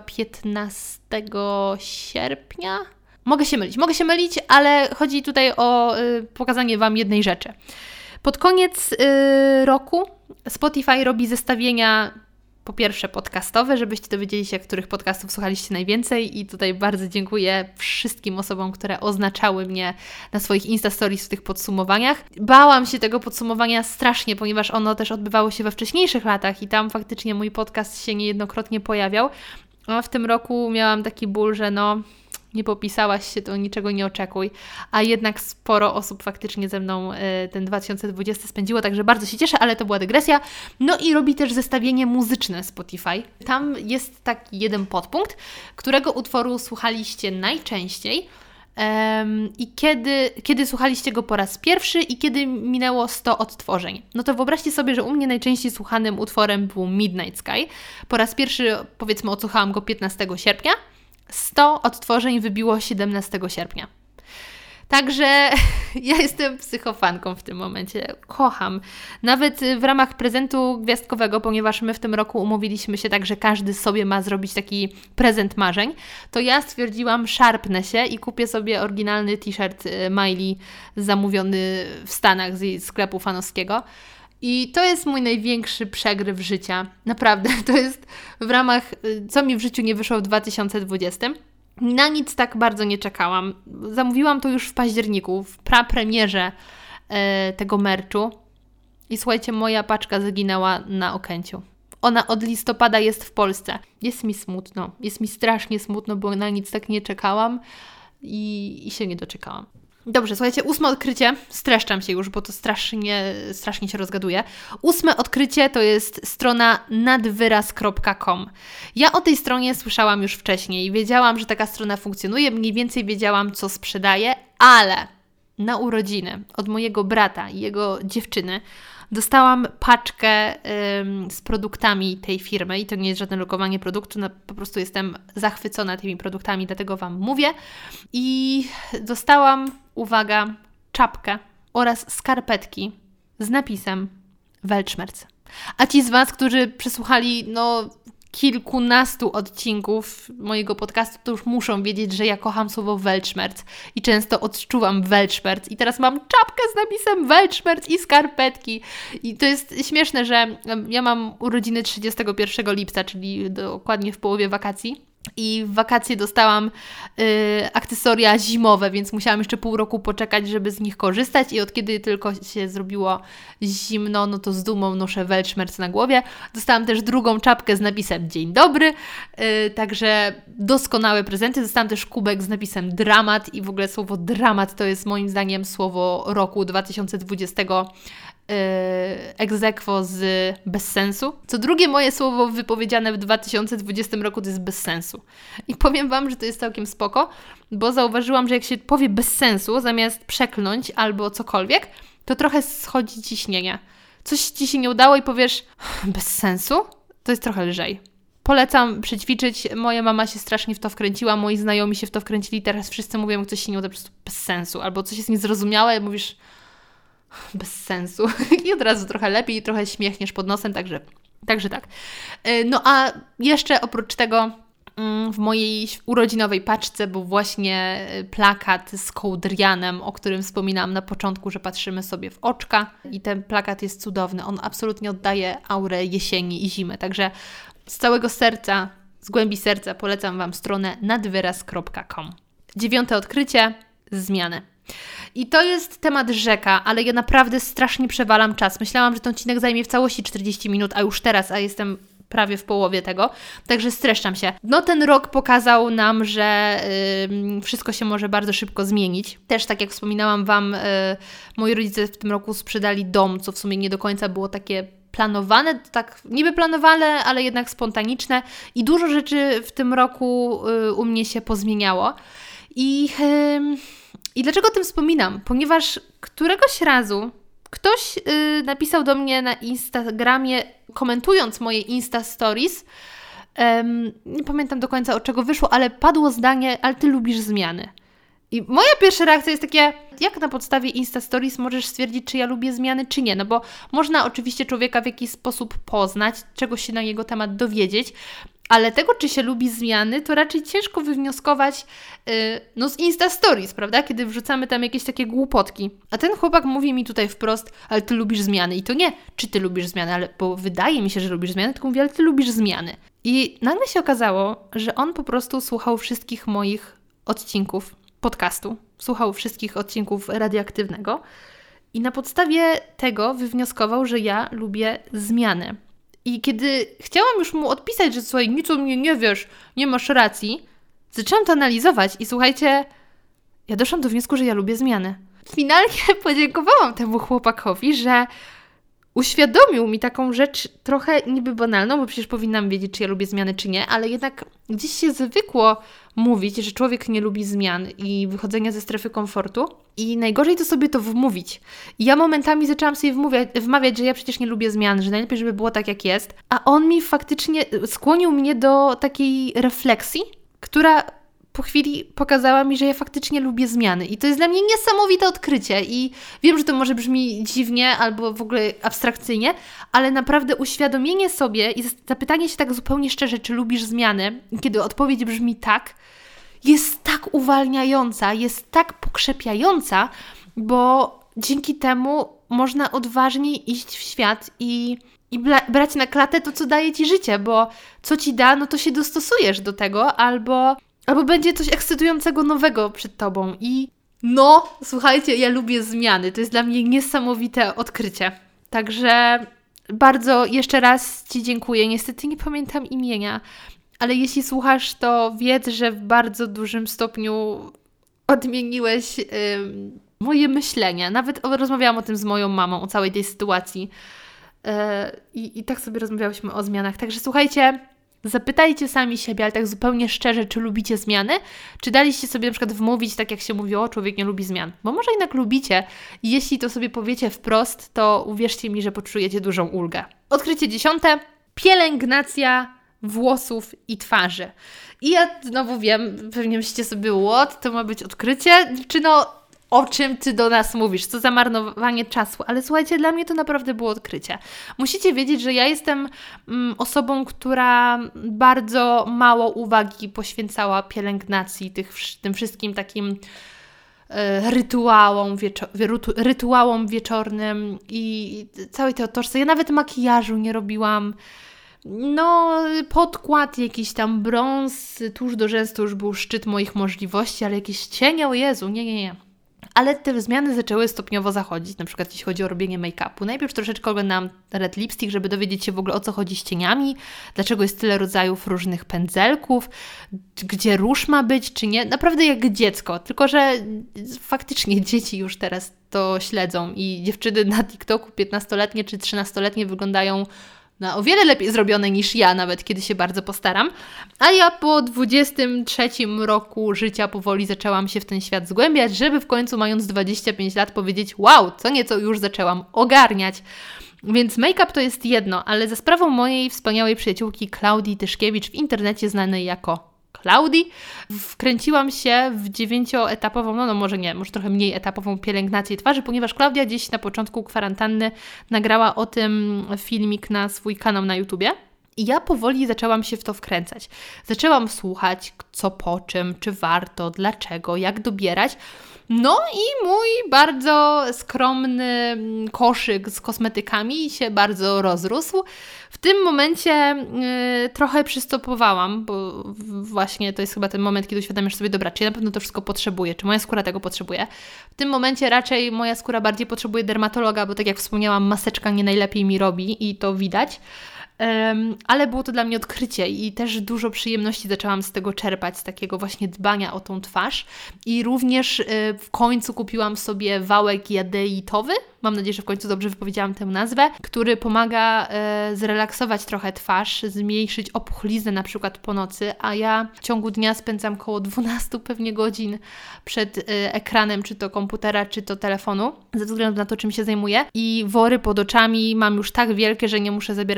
S1: piętnastego sierpnia? Mogę się mylić, mogę się mylić, ale chodzi tutaj o y, pokazanie Wam jednej rzeczy. Pod koniec y, roku Spotify robi zestawienia po pierwsze podcastowe, żebyście dowiedzieli się, których podcastów słuchaliście najwięcej i tutaj bardzo dziękuję wszystkim osobom, które oznaczały mnie na swoich Insta Stories w tych podsumowaniach. Bałam się tego podsumowania strasznie, ponieważ ono też odbywało się we wcześniejszych latach i tam faktycznie mój podcast się niejednokrotnie pojawiał, a w tym roku miałam taki ból, że no... nie popisałaś się, to niczego nie oczekuj, a jednak sporo osób faktycznie ze mną y, ten dwa tysiące dwudziesty spędziło, także bardzo się cieszę, ale to była dygresja. No i robi też zestawienie muzyczne Spotify. Tam jest taki jeden podpunkt, którego utworu słuchaliście najczęściej um, i kiedy, kiedy słuchaliście go po raz pierwszy i kiedy minęło sto odtworzeń. No to wyobraźcie sobie, że u mnie najczęściej słuchanym utworem był Midnight Sky. Po raz pierwszy, powiedzmy, odsłuchałam go piętnastego sierpnia, sto odtworzeń wybiło siedemnastego sierpnia. Także ja jestem psychofanką w tym momencie. Kocham. Nawet w ramach prezentu gwiazdkowego, ponieważ my w tym roku umówiliśmy się tak, że każdy sobie ma zrobić taki prezent marzeń, to ja stwierdziłam, szarpnę się i kupię sobie oryginalny t-shirt Miley zamówiony w Stanach z jej sklepu fanowskiego. I to jest mój największy przegryw życia. Naprawdę, to jest w ramach, co mi w życiu nie wyszło w dwa tysiące dwudziestym. Na nic tak bardzo nie czekałam. Zamówiłam to już w październiku, w prapremierze e, tego merchu. I słuchajcie, moja paczka zaginęła na Okęciu. Ona od listopada jest w Polsce. Jest mi smutno. Jest mi strasznie smutno, bo na nic tak nie czekałam i, i się nie doczekałam. Dobrze, słuchajcie, ósme odkrycie, streszczam się już, bo to strasznie, strasznie się rozgaduję. Ósme odkrycie to jest strona nadwyraz kropka com. Ja o tej stronie słyszałam już wcześniej, wiedziałam, że taka strona funkcjonuje, mniej więcej wiedziałam, co sprzedaje, ale na urodziny od mojego brata i jego dziewczyny dostałam paczkę ym, z produktami tej firmy i to nie jest żadne lokowanie produktu, no, po prostu jestem zachwycona tymi produktami, dlatego Wam mówię. I dostałam, uwaga, czapkę oraz skarpetki z napisem Weltschmerz. A ci z Was, którzy przesłuchali no kilkunastu odcinków mojego podcastu, to już muszą wiedzieć, że ja kocham słowo Weltschmerz i często odczuwam Weltschmerz i teraz mam czapkę z napisem Weltschmerz i skarpetki. I to jest śmieszne, że ja mam urodziny trzydziestego pierwszego lipca, czyli dokładnie w połowie wakacji. I w wakacje dostałam y, akcesoria zimowe, więc musiałam jeszcze pół roku poczekać, żeby z nich korzystać i od kiedy tylko się zrobiło zimno, no to z dumą noszę Weltschmerz na głowie. Dostałam też drugą czapkę z napisem Dzień dobry, y, także doskonałe prezenty. Dostałam też kubek z napisem Dramat i w ogóle słowo dramat to jest moim zdaniem słowo roku dwa tysiące dwudziestego. Ex aequo z bez sensu. Co drugie moje słowo wypowiedziane w dwa tysiące dwudziestym roku to jest bez sensu. I powiem Wam, że to jest całkiem spoko, bo zauważyłam, że jak się powie bez sensu, zamiast przekląć albo cokolwiek, to trochę schodzi ciśnienie. Coś Ci się nie udało i powiesz bez sensu? To jest trochę lżej. Polecam przećwiczyć. Moja mama się strasznie w to wkręciła, moi znajomi się w to wkręcili, teraz wszyscy mówią, jak coś się nie uda, po prostu bez sensu. Albo coś jest niezrozumiałe, mówisz bez sensu. I od razu trochę lepiej, trochę śmiechniesz pod nosem, także, także tak. No a jeszcze oprócz tego w mojej urodzinowej paczce był właśnie plakat z kołdrianem, o którym wspominałam na początku, że patrzymy sobie w oczka i ten plakat jest cudowny. On absolutnie oddaje aurę jesieni i zimy, także z całego serca, z głębi serca polecam Wam stronę nadwyraz kropka com. Dziewiąte odkrycie, zmiany. I to jest temat rzeka, ale ja naprawdę strasznie przewalam czas. Myślałam, że ten odcinek zajmie w całości czterdzieści minut, a już teraz, a jestem prawie w połowie tego, także streszczam się. No ten rok pokazał nam, że yy, wszystko się może bardzo szybko zmienić. Też tak jak wspominałam Wam, yy, moi rodzice w tym roku sprzedali dom, co w sumie nie do końca było takie planowane, tak niby planowane, ale jednak spontaniczne i dużo rzeczy w tym roku yy, u mnie się pozmieniało. I... Yy, I dlaczego o tym wspominam? Ponieważ któregoś razu ktoś yy, napisał do mnie na Instagramie, komentując moje Insta Stories, ym, nie pamiętam do końca, od czego wyszło, ale padło zdanie, ale Ty lubisz zmiany. I moja pierwsza reakcja jest takie, jak na podstawie Insta Stories możesz stwierdzić, czy ja lubię zmiany, czy nie? No bo można oczywiście człowieka w jakiś sposób poznać, czegoś się na jego temat dowiedzieć, Ale tego, czy się lubi zmiany, to raczej ciężko wywnioskować yy, no z Insta Stories, prawda? Kiedy wrzucamy tam jakieś takie głupotki. A ten chłopak mówi mi tutaj wprost, ale ty lubisz zmiany. I to nie, czy ty lubisz zmiany, ale bo wydaje mi się, że lubisz zmiany, tylko mówi, ale ty lubisz zmiany. I nagle się okazało, że on po prostu słuchał wszystkich moich odcinków podcastu. Słuchał wszystkich odcinków Radioaktywnego. I na podstawie tego wywnioskował, że ja lubię zmiany. I kiedy chciałam już mu odpisać, że słuchaj, nic o mnie nie wiesz, nie masz racji, zaczęłam to analizować i słuchajcie, ja doszłam do wniosku, że ja lubię zmiany. Finalnie podziękowałam temu chłopakowi, że uświadomił mi taką rzecz trochę niby banalną, bo przecież powinnam wiedzieć, czy ja lubię zmiany, czy nie, ale jednak gdzieś się zwykło mówić, że człowiek nie lubi zmian i wychodzenia ze strefy komfortu i najgorzej to sobie to wmówić. I ja momentami zaczęłam sobie wmawiać, wmawiać, że ja przecież nie lubię zmian, że najlepiej, żeby było tak, jak jest, a on mi faktycznie skłonił mnie do takiej refleksji, która po chwili pokazała mi, że ja faktycznie lubię zmiany. I to jest dla mnie niesamowite odkrycie. I wiem, że to może brzmi dziwnie albo w ogóle abstrakcyjnie, ale naprawdę uświadomienie sobie i zapytanie się tak zupełnie szczerze, czy lubisz zmiany, kiedy odpowiedź brzmi tak, jest tak uwalniająca, jest tak pokrzepiająca, bo dzięki temu można odważniej iść w świat i I bla- brać na klatę to, co daje Ci życie, bo co Ci da, no to się dostosujesz do tego, albo, albo będzie coś ekscytującego nowego przed Tobą. I no, słuchajcie, ja lubię zmiany. To jest dla mnie niesamowite odkrycie. Także bardzo jeszcze raz Ci dziękuję. Niestety nie pamiętam imienia, ale jeśli słuchasz, to wiedz, że w bardzo dużym stopniu odmieniłeś yy, moje myślenie. Nawet rozmawiałam o tym z moją mamą, o całej tej sytuacji. I, I tak sobie rozmawiałyśmy o zmianach. Także słuchajcie, zapytajcie sami siebie, ale tak zupełnie szczerze, czy lubicie zmiany, czy daliście sobie na przykład wmówić, tak jak się mówi, o, człowiek nie lubi zmian. Bo może jednak lubicie i jeśli to sobie powiecie wprost, to uwierzcie mi, że poczujecie dużą ulgę. Odkrycie dziesiąte. Pielęgnacja włosów i twarzy. I ja znowu wiem, pewnie myślicie sobie, what? To ma być odkrycie? Czy no... O czym Ty do nas mówisz? Co za marnowanie czasu? Ale słuchajcie, dla mnie to naprawdę było odkrycie. Musicie wiedzieć, że ja jestem mm, osobą, która bardzo mało uwagi poświęcała pielęgnacji, tych, tym wszystkim takim e, rytuałom, wieczo- rytuałom wieczornym i całej tej otoczce. Ja nawet makijażu nie robiłam. No, podkład, jakiś tam brąz, tuż do rzęs to już był szczyt moich możliwości, ale jakieś cienie, o Jezu, nie, nie, nie. Ale te zmiany zaczęły stopniowo zachodzić, na przykład jeśli chodzi o robienie make-upu. Najpierw troszeczkę oglądałam Red Lipstick, żeby dowiedzieć się w ogóle, o co chodzi z cieniami, dlaczego jest tyle rodzajów różnych pędzelków, gdzie róż ma być, czy nie. Naprawdę jak dziecko, tylko że faktycznie dzieci już teraz to śledzą i dziewczyny na TikToku piętnastoletnie czy trzynastoletnie wyglądają na o wiele lepiej zrobione niż ja, nawet kiedy się bardzo postaram. A ja po dwudziestym trzecim roku życia powoli zaczęłam się w ten świat zgłębiać, żeby w końcu, mając dwadzieścia pięć lat, powiedzieć, wow, co nieco już zaczęłam ogarniać. Więc make-up to jest jedno, ale za sprawą mojej wspaniałej przyjaciółki Klaudii Tyszkiewicz, w internecie znanej jako Klaudii, wkręciłam się w dziewięcioetapową, no, no może nie, może trochę mniej etapową pielęgnację twarzy, ponieważ Klaudia gdzieś na początku kwarantanny nagrała o tym filmik na swój kanał na YouTubie. I ja powoli zaczęłam się w to wkręcać. Zaczęłam słuchać, co po czym, czy warto, dlaczego, jak dobierać. No i mój bardzo skromny koszyk z kosmetykami się bardzo rozrósł. W tym momencie yy, trochę przystopowałam, bo właśnie to jest chyba ten moment, kiedy uświadamiasz sobie, dobra, czy ja na pewno to wszystko potrzebuję, czy moja skóra tego potrzebuje. W tym momencie raczej moja skóra bardziej potrzebuje dermatologa, bo tak jak wspomniałam, maseczka nie najlepiej mi robi i to widać. Um, ale było to dla mnie odkrycie i też dużo przyjemności zaczęłam z tego czerpać, z takiego właśnie dbania o tą twarz i również y, w końcu kupiłam sobie wałek jadeitowy, mam nadzieję, że w końcu dobrze wypowiedziałam tę nazwę, który pomaga y, zrelaksować trochę twarz, zmniejszyć opuchliznę na przykład po nocy, a ja w ciągu dnia spędzam około dwanaście pewnie godzin przed y, ekranem, czy to komputera, czy to telefonu, ze względu na to, czym się zajmuję i wory pod oczami mam już tak wielkie, że nie muszę zabierać do Lidla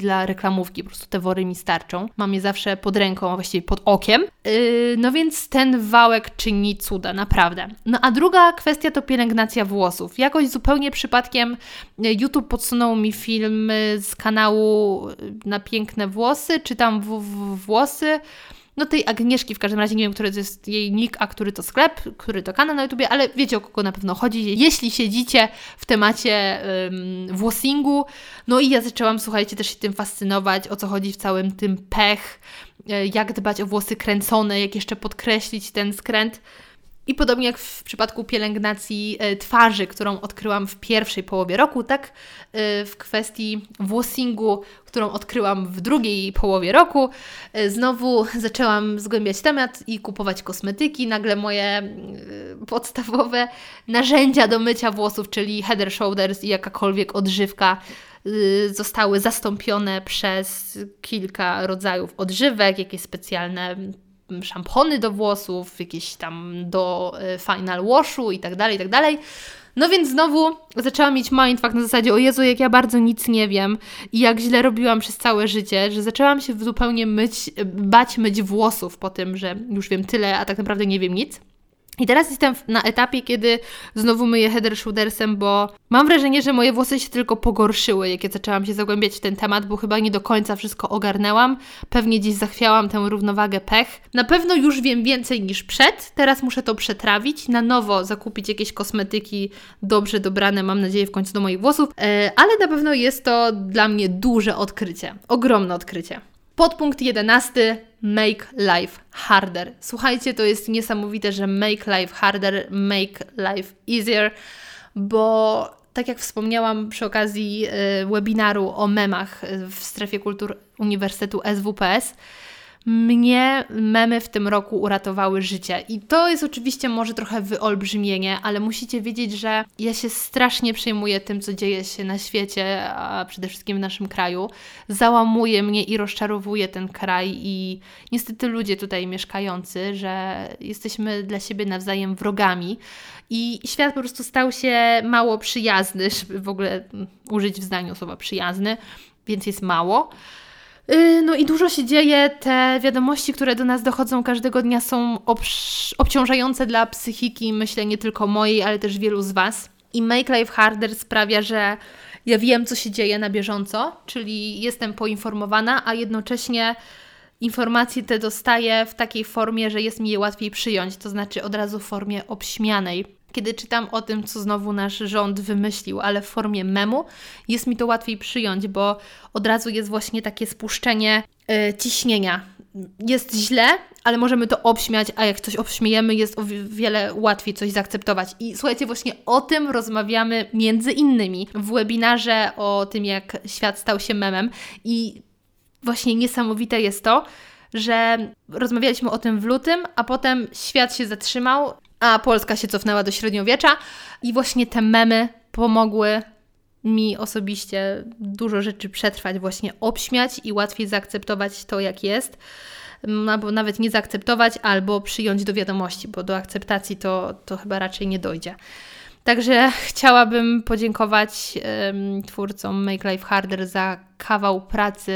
S1: dla reklamówki, po prostu te wory mi starczą. Mam je zawsze pod ręką, a właściwie pod okiem. Yy, no więc ten wałek czyni cuda, naprawdę. No a druga kwestia to pielęgnacja włosów. Jakoś zupełnie przypadkiem YouTube podsunął mi film z kanału Na piękne włosy, czy tam w, w, włosy, no tej Agnieszki, w każdym razie nie wiem, który to jest jej nick, a który to sklep, który to kanał na YouTubie, ale wiecie, o kogo na pewno chodzi. Jeśli siedzicie w temacie ym, włosingu, no i ja zaczęłam, słuchajcie, też się tym fascynować, o co chodzi w całym tym pech, yy, jak dbać o włosy kręcone, jak jeszcze podkreślić ten skręt. I podobnie jak w przypadku pielęgnacji e, twarzy, którą odkryłam w pierwszej połowie roku, tak e, w kwestii włosingu, którą odkryłam w drugiej połowie roku, e, znowu zaczęłam zgłębiać temat i kupować kosmetyki. Nagle moje e, podstawowe narzędzia do mycia włosów, czyli Head and Shoulders i jakakolwiek odżywka, e, zostały zastąpione przez kilka rodzajów odżywek, jakieś specjalne szampony do włosów, jakieś tam do final washu i tak dalej, i tak dalej. No więc znowu zaczęłam mieć mindfuck na zasadzie, o Jezu, jak ja bardzo nic nie wiem i jak źle robiłam przez całe życie, że zaczęłam się zupełnie myć, bać myć włosów po tym, że już wiem tyle, a tak naprawdę nie wiem nic. I teraz jestem na etapie, kiedy znowu myję Head and Shouldersem, bo mam wrażenie, że moje włosy się tylko pogorszyły, jak ja zaczęłam się zagłębiać w ten temat, bo chyba nie do końca wszystko ogarnęłam. Pewnie gdzieś zachwiałam tę równowagę pech. Na pewno już wiem więcej niż przed. Teraz muszę to przetrawić, na nowo zakupić jakieś kosmetyki dobrze dobrane, mam nadzieję, w końcu do moich włosów. Eee, ale na pewno jest to dla mnie duże odkrycie. Ogromne odkrycie. Podpunkt jedenasty. Make life harder. Słuchajcie, to jest niesamowite, że make life harder, make life easier, bo tak jak wspomniałam przy okazji y, webinaru o memach w strefie kultur Uniwersytetu S W P S, mnie memy w tym roku uratowały życie. I to jest oczywiście może trochę wyolbrzymienie, ale musicie wiedzieć, że ja się strasznie przejmuję tym, co dzieje się na świecie, a przede wszystkim w naszym kraju. Załamuje mnie i rozczarowuje ten kraj i niestety ludzie tutaj mieszkający, że jesteśmy dla siebie nawzajem wrogami i świat po prostu stał się mało przyjazny, żeby w ogóle użyć w zdaniu słowa przyjazny, więc jest mało. No i dużo się dzieje, te wiadomości, które do nas dochodzą każdego dnia są obsz- obciążające dla psychiki, myślę nie tylko mojej, ale też wielu z Was. I Make Life Harder sprawia, że ja wiem, co się dzieje na bieżąco, czyli jestem poinformowana, a jednocześnie informacje te dostaję w takiej formie, że jest mi je łatwiej przyjąć, to znaczy od razu w formie obśmianej. Kiedy czytam o tym, co znowu nasz rząd wymyślił, ale w formie memu, jest mi to łatwiej przyjąć, bo od razu jest właśnie takie spuszczenie yy, ciśnienia. Jest źle, ale możemy to obśmiać, a jak coś obśmiejemy, jest o wiele łatwiej coś zaakceptować. I słuchajcie, właśnie o tym rozmawiamy między innymi w webinarze o tym, jak świat stał się memem. I właśnie niesamowite jest to, że rozmawialiśmy o tym w lutym, a potem świat się zatrzymał, a Polska się cofnęła do średniowiecza i właśnie te memy pomogły mi osobiście dużo rzeczy przetrwać, właśnie obśmiać i łatwiej zaakceptować to, jak jest, albo nawet nie zaakceptować, albo przyjąć do wiadomości, bo do akceptacji to, to chyba raczej nie dojdzie. Także chciałabym podziękować um, twórcom Make Life Harder za kawał pracy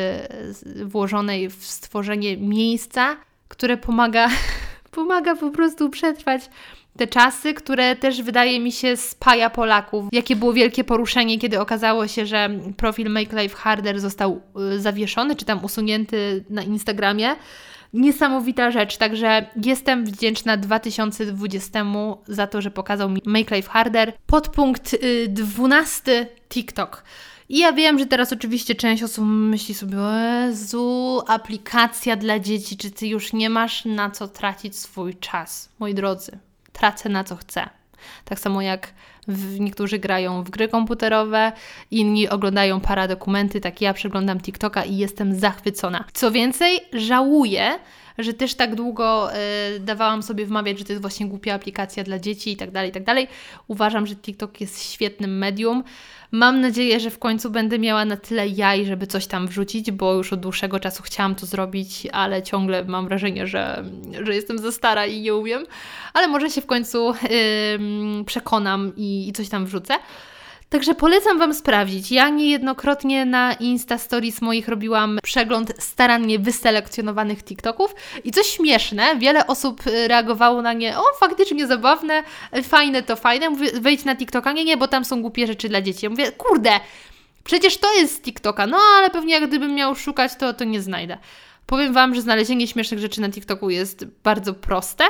S1: włożonej w stworzenie miejsca, które pomaga, pomaga po prostu przetrwać te czasy, które też wydaje mi się spaja Polaków. Jakie było wielkie poruszenie, kiedy okazało się, że profil Make Life Harder został y, zawieszony, czy tam usunięty na Instagramie. Niesamowita rzecz, także jestem wdzięczna dwa tysiące dwudziestemu za to, że pokazał mi Make Life Harder. Podpunkt y, dwunasty. TikTok. I ja wiem, że teraz oczywiście część osób myśli sobie, o Jezu, aplikacja dla dzieci, czy Ty już nie masz na co tracić swój czas? Moi drodzy, tracę na co chcę. Tak samo jak w, niektórzy grają w gry komputerowe, inni oglądają paradokumenty, tak ja przeglądam TikToka i jestem zachwycona. Co więcej, żałuję, że też tak długo y, dawałam sobie wmawiać, że to jest właśnie głupia aplikacja dla dzieci i tak dalej, i tak dalej. Uważam, że TikTok jest świetnym medium. Mam nadzieję, że w końcu będę miała na tyle jaj, żeby coś tam wrzucić, bo już od dłuższego czasu chciałam to zrobić, ale ciągle mam wrażenie, że, że jestem za stara i nie umiem. Ale może się w końcu yy, przekonam i, i coś tam wrzucę. Także polecam Wam sprawdzić. Ja niejednokrotnie na Insta Stories moich robiłam przegląd starannie wyselekcjonowanych TikToków i co śmieszne, wiele osób reagowało na nie, o faktycznie zabawne, fajne to fajne, mówię, wejdź na TikToka, nie, nie, bo tam są głupie rzeczy dla dzieci. Ja mówię, kurde, przecież to jest z TikToka, no ale pewnie jak gdybym miał szukać, to, to nie znajdę. Powiem Wam, że znalezienie śmiesznych rzeczy na TikToku jest bardzo proste,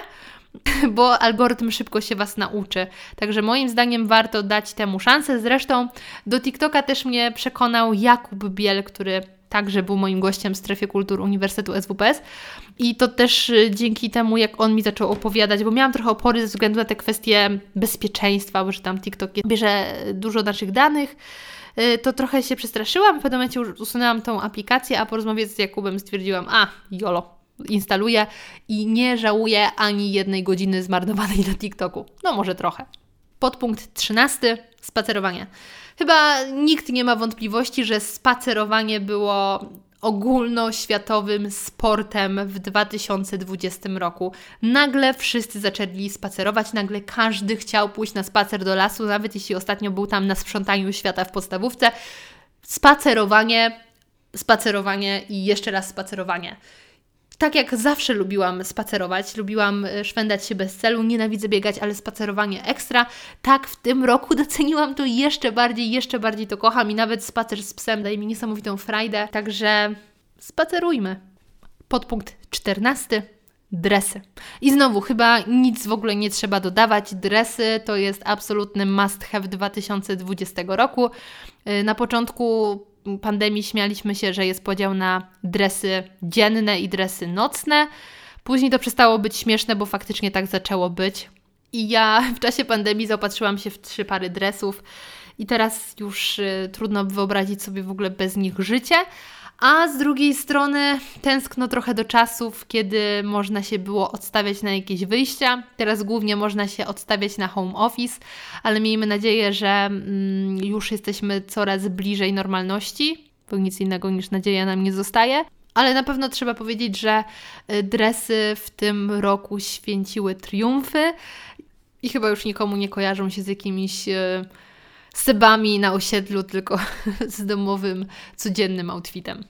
S1: bo algorytm szybko się Was nauczy. Także moim zdaniem warto dać temu szansę. Zresztą do TikToka też mnie przekonał Jakub Biel, który także był moim gościem w Strefie Kultur Uniwersytetu S W P S. I to też dzięki temu, jak on mi zaczął opowiadać, bo miałam trochę opory ze względu na te kwestie bezpieczeństwa, bo że tam TikTok bierze dużo naszych danych, to trochę się przestraszyłam. W pewnym momencie już usunęłam tą aplikację, a po rozmowie z Jakubem stwierdziłam, a jolo, instaluję i nie żałuję ani jednej godziny zmarnowanej na TikToku. No może trochę. Podpunkt trzynasty. Spacerowanie. Chyba nikt nie ma wątpliwości, że spacerowanie było ogólnoświatowym sportem w dwa tysiące dwudziestym roku. Nagle wszyscy zaczęli spacerować, nagle każdy chciał pójść na spacer do lasu, nawet jeśli ostatnio był tam na sprzątaniu świata w podstawówce. Spacerowanie, spacerowanie i jeszcze raz spacerowanie. Tak jak zawsze lubiłam spacerować, lubiłam szwendać się bez celu, nienawidzę biegać, ale spacerowanie ekstra. Tak w tym roku doceniłam to jeszcze bardziej, jeszcze bardziej to kocham i nawet spacer z psem daje mi niesamowitą frajdę, także spacerujmy. Podpunkt czternasty. Dresy. I znowu, chyba nic w ogóle nie trzeba dodawać. Dresy to jest absolutny must have dwa tysiące dwudziestego roku. Na początku pandemii śmialiśmy się, że jest podział na dresy dzienne i dresy nocne. Później to przestało być śmieszne, bo faktycznie tak zaczęło być. I ja w czasie pandemii zaopatrzyłam się w trzy pary dresów i teraz już y, trudno wyobrazić sobie w ogóle bez nich życie. A z drugiej strony tęskno trochę do czasów, kiedy można się było odstawiać na jakieś wyjścia. Teraz głównie można się odstawiać na home office, ale miejmy nadzieję, że mm, już jesteśmy coraz bliżej normalności, bo nic innego niż nadzieja nam nie zostaje. Ale na pewno trzeba powiedzieć, że dresy w tym roku święciły triumfy i chyba już nikomu nie kojarzą się z jakimiś e, sebami na osiedlu, tylko z domowym, codziennym outfitem.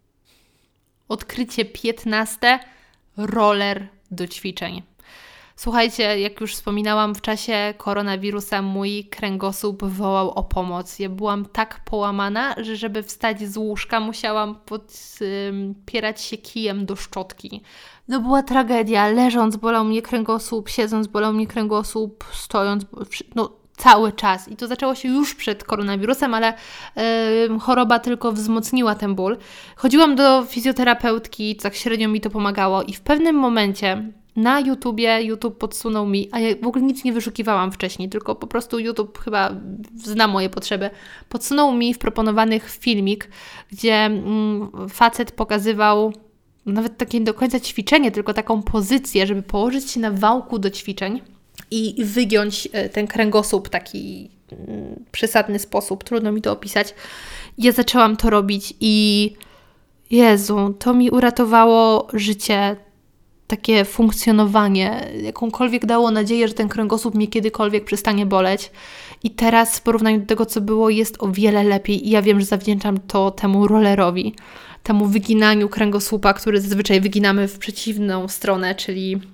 S1: Odkrycie piętnaste. Roller do ćwiczeń. Słuchajcie, jak już wspominałam, w czasie koronawirusa mój kręgosłup wołał o pomoc. Ja byłam tak połamana, że żeby wstać z łóżka musiałam podpierać się kijem do szczotki. No była tragedia. Leżąc bolał mnie kręgosłup, siedząc bolał mnie kręgosłup, stojąc, no cały czas. I to zaczęło się już przed koronawirusem, ale yy, choroba tylko wzmocniła ten ból. Chodziłam do fizjoterapeutki, tak średnio mi to pomagało i w pewnym momencie na YouTubie, YouTube podsunął mi, a ja w ogóle nic nie wyszukiwałam wcześniej, tylko po prostu YouTube chyba zna moje potrzeby, podsunął mi w proponowanych filmik, gdzie mm, facet pokazywał nawet takie do końca ćwiczenie, tylko taką pozycję, żeby położyć się na wałku do ćwiczeń i wygiąć ten kręgosłup w taki mm, przesadny sposób. Trudno mi to opisać. Ja zaczęłam to robić i Jezu, to mi uratowało życie, takie funkcjonowanie, jakąkolwiek dało nadzieję, że ten kręgosłup mnie kiedykolwiek przestanie boleć. I teraz w porównaniu do tego, co było, jest o wiele lepiej i ja wiem, że zawdzięczam to temu rollerowi, temu wyginaniu kręgosłupa, który zazwyczaj wyginamy w przeciwną stronę, czyli yy,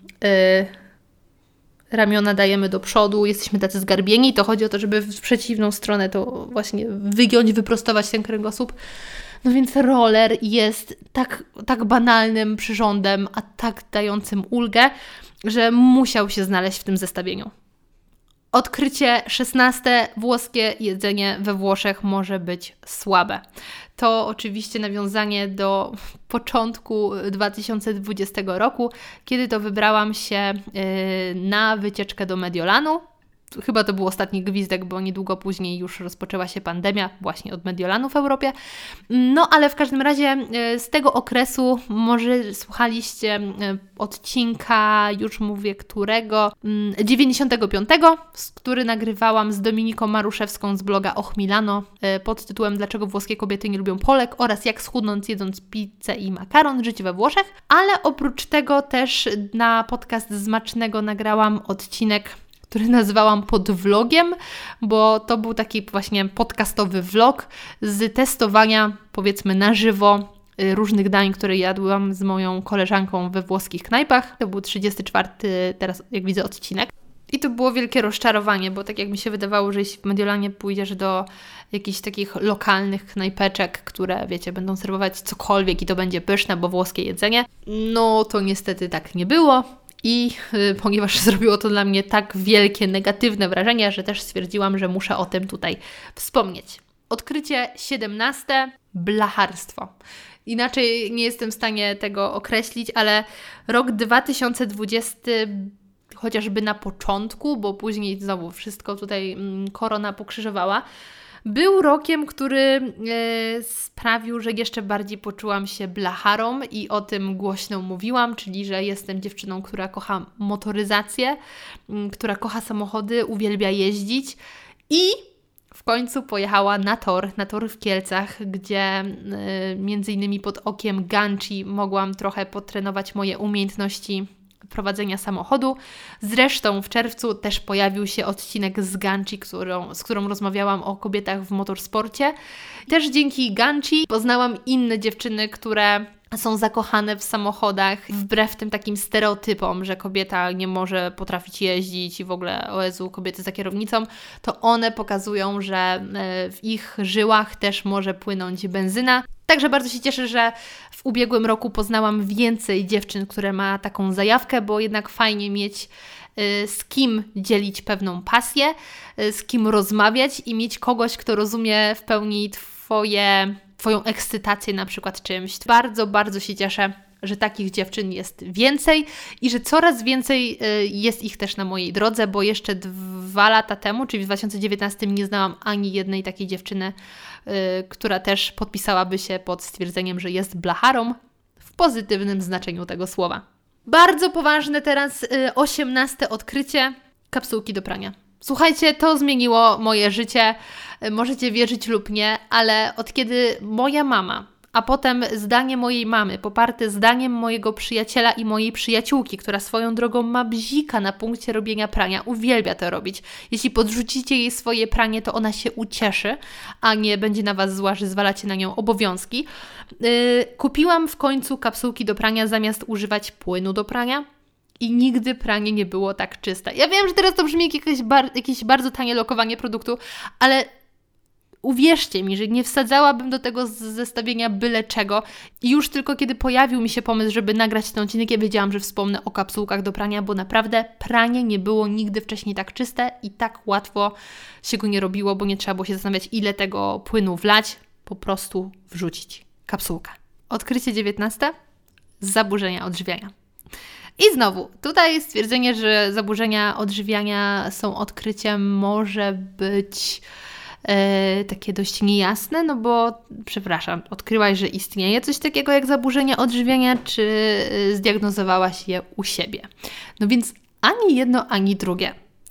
S1: ramiona dajemy do przodu, jesteśmy tacy zgarbieni, to chodzi o to, żeby w przeciwną stronę to właśnie wygiąć, wyprostować ten kręgosłup. No więc roller jest tak, tak banalnym przyrządem, a tak dającym ulgę, że musiał się znaleźć w tym zestawieniu. Odkrycie szesnaste. Włoskie jedzenie we Włoszech może być słabe. To oczywiście nawiązanie do początku dwa tysiące dwudziestego roku, kiedy to wybrałam się yy, na wycieczkę do Mediolanu. Chyba to był ostatni gwizdek, bo niedługo później już rozpoczęła się pandemia właśnie od Mediolanu w Europie. No ale w każdym razie z tego okresu może słuchaliście odcinka, już mówię którego, dziewięćdziesiątego piątego, który nagrywałam z Dominiką Maruszewską z bloga Och Milano pod tytułem Dlaczego włoskie kobiety nie lubią Polek oraz jak schudnąć jedząc pizzę i makaron, życie we Włoszech. Ale oprócz tego też na podcast Smacznego nagrałam odcinek, który nazwałam podvlogiem, bo to był taki właśnie podcastowy vlog z testowania, powiedzmy na żywo, różnych dań, które jadłam z moją koleżanką we włoskich knajpach. To był trzydziesty czwarty, teraz jak widzę, odcinek. I to było wielkie rozczarowanie, bo tak jak mi się wydawało, że jeśli w Mediolanie pójdziesz do jakichś takich lokalnych knajpeczek, które, wiecie, będą serwować cokolwiek i to będzie pyszne, bo włoskie jedzenie, no to niestety tak nie było. I y, ponieważ zrobiło to dla mnie tak wielkie, negatywne wrażenie, że też stwierdziłam, że muszę o tym tutaj wspomnieć. Odkrycie siedemnaste. Blacharstwo. Inaczej nie jestem w stanie tego określić, ale rok dwa tysiące dwudziesty, chociażby na początku, bo później znowu wszystko tutaj mm, korona pokrzyżowała, był rokiem, który e, sprawił, że jeszcze bardziej poczułam się blacharą i o tym głośno mówiłam, czyli że jestem dziewczyną, która kocha motoryzację, m, która kocha samochody, uwielbia jeździć i w końcu pojechała na tor, na tor w Kielcach, gdzie y, między innymi pod okiem Ganci mogłam trochę potrenować moje umiejętności prowadzenia samochodu. Zresztą w czerwcu też pojawił się odcinek z Ganci, którą, z którą rozmawiałam o kobietach w motorsporcie. Też dzięki Ganci poznałam inne dziewczyny, które są zakochane w samochodach, wbrew tym takim stereotypom, że kobieta nie może potrafić jeździć i w ogóle o Jezu, kobiety za kierownicą, to one pokazują, że w ich żyłach też może płynąć benzyna. Także bardzo się cieszę, że w ubiegłym roku poznałam więcej dziewczyn, które ma taką zajawkę, bo jednak fajnie mieć z kim dzielić pewną pasję, z kim rozmawiać i mieć kogoś, kto rozumie w pełni Twoje... Twoją ekscytację na przykład czymś. Bardzo, bardzo się cieszę, że takich dziewczyn jest więcej i że coraz więcej jest ich też na mojej drodze, bo jeszcze dwa lata temu, czyli w dwa tysiące dziewiętnastym nie znałam ani jednej takiej dziewczyny, która też podpisałaby się pod stwierdzeniem, że jest blacharą w pozytywnym znaczeniu tego słowa. Bardzo poważne teraz osiemnaste odkrycie. Kapsułki do prania. Słuchajcie, to zmieniło moje życie, możecie wierzyć lub nie, ale od kiedy moja mama, a potem zdanie mojej mamy, poparte zdaniem mojego przyjaciela i mojej przyjaciółki, która swoją drogą ma bzika na punkcie robienia prania, uwielbia to robić. Jeśli podrzucicie jej swoje pranie, to ona się ucieszy, a nie będzie na Was zła, że zwalacie na nią obowiązki. Yy, kupiłam w końcu kapsułki do prania zamiast używać płynu do prania. I nigdy pranie nie było tak czyste. Ja wiem, że teraz to brzmi jak jakieś, bar- jakieś bardzo tanie lokowanie produktu, ale uwierzcie mi, że nie wsadzałabym do tego zestawienia byle czego. I już tylko kiedy pojawił mi się pomysł, żeby nagrać ten odcinek, ja wiedziałam, że wspomnę o kapsułkach do prania, bo naprawdę pranie nie było nigdy wcześniej tak czyste i tak łatwo się go nie robiło, bo nie trzeba było się zastanawiać, ile tego płynu wlać, po prostu wrzucić kapsułkę. Odkrycie dziewiętnaste. Zaburzenia odżywiania. I znowu, tutaj stwierdzenie, że zaburzenia odżywiania są odkryciem, może być e, takie dość niejasne, no bo, przepraszam, odkryłaś, że istnieje coś takiego jak zaburzenia odżywiania, czy zdiagnozowałaś je u siebie? No więc ani jedno, ani drugie.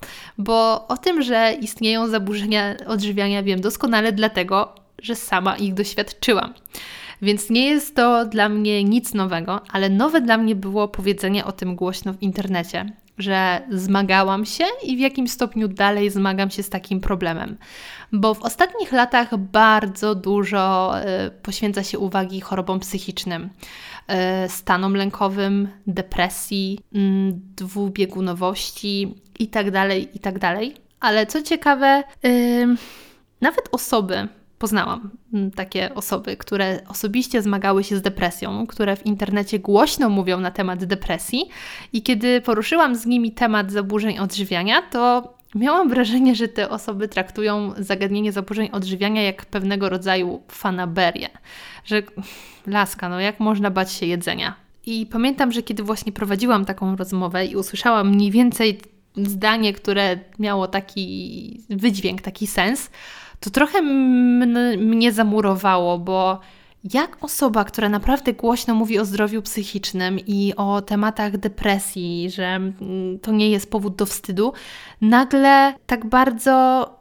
S1: Bo o tym, że istnieją zaburzenia odżywiania wiem doskonale dlatego, że sama ich doświadczyłam. Więc nie jest to dla mnie nic nowego, ale nowe dla mnie było powiedzenie o tym głośno w internecie, że zmagałam się i w jakim stopniu dalej zmagam się z takim problemem. Bo w ostatnich latach bardzo dużo y, poświęca się uwagi chorobom psychicznym, y, stanom lękowym, depresji, y, dwubiegunowości itd., itd. Ale co ciekawe, y, nawet osoby, poznałam takie osoby, które osobiście zmagały się z depresją, które w internecie głośno mówią na temat depresji i kiedy poruszyłam z nimi temat zaburzeń odżywiania, to miałam wrażenie, że te osoby traktują zagadnienie zaburzeń odżywiania jak pewnego rodzaju fanaberię, że laska, no jak można bać się jedzenia. I pamiętam, że kiedy właśnie prowadziłam taką rozmowę i usłyszałam mniej więcej zdanie, które miało taki wydźwięk, taki sens, to trochę m- mnie zamurowało, bo jak osoba, która naprawdę głośno mówi o zdrowiu psychicznym i o tematach depresji, że to nie jest powód do wstydu, nagle tak bardzo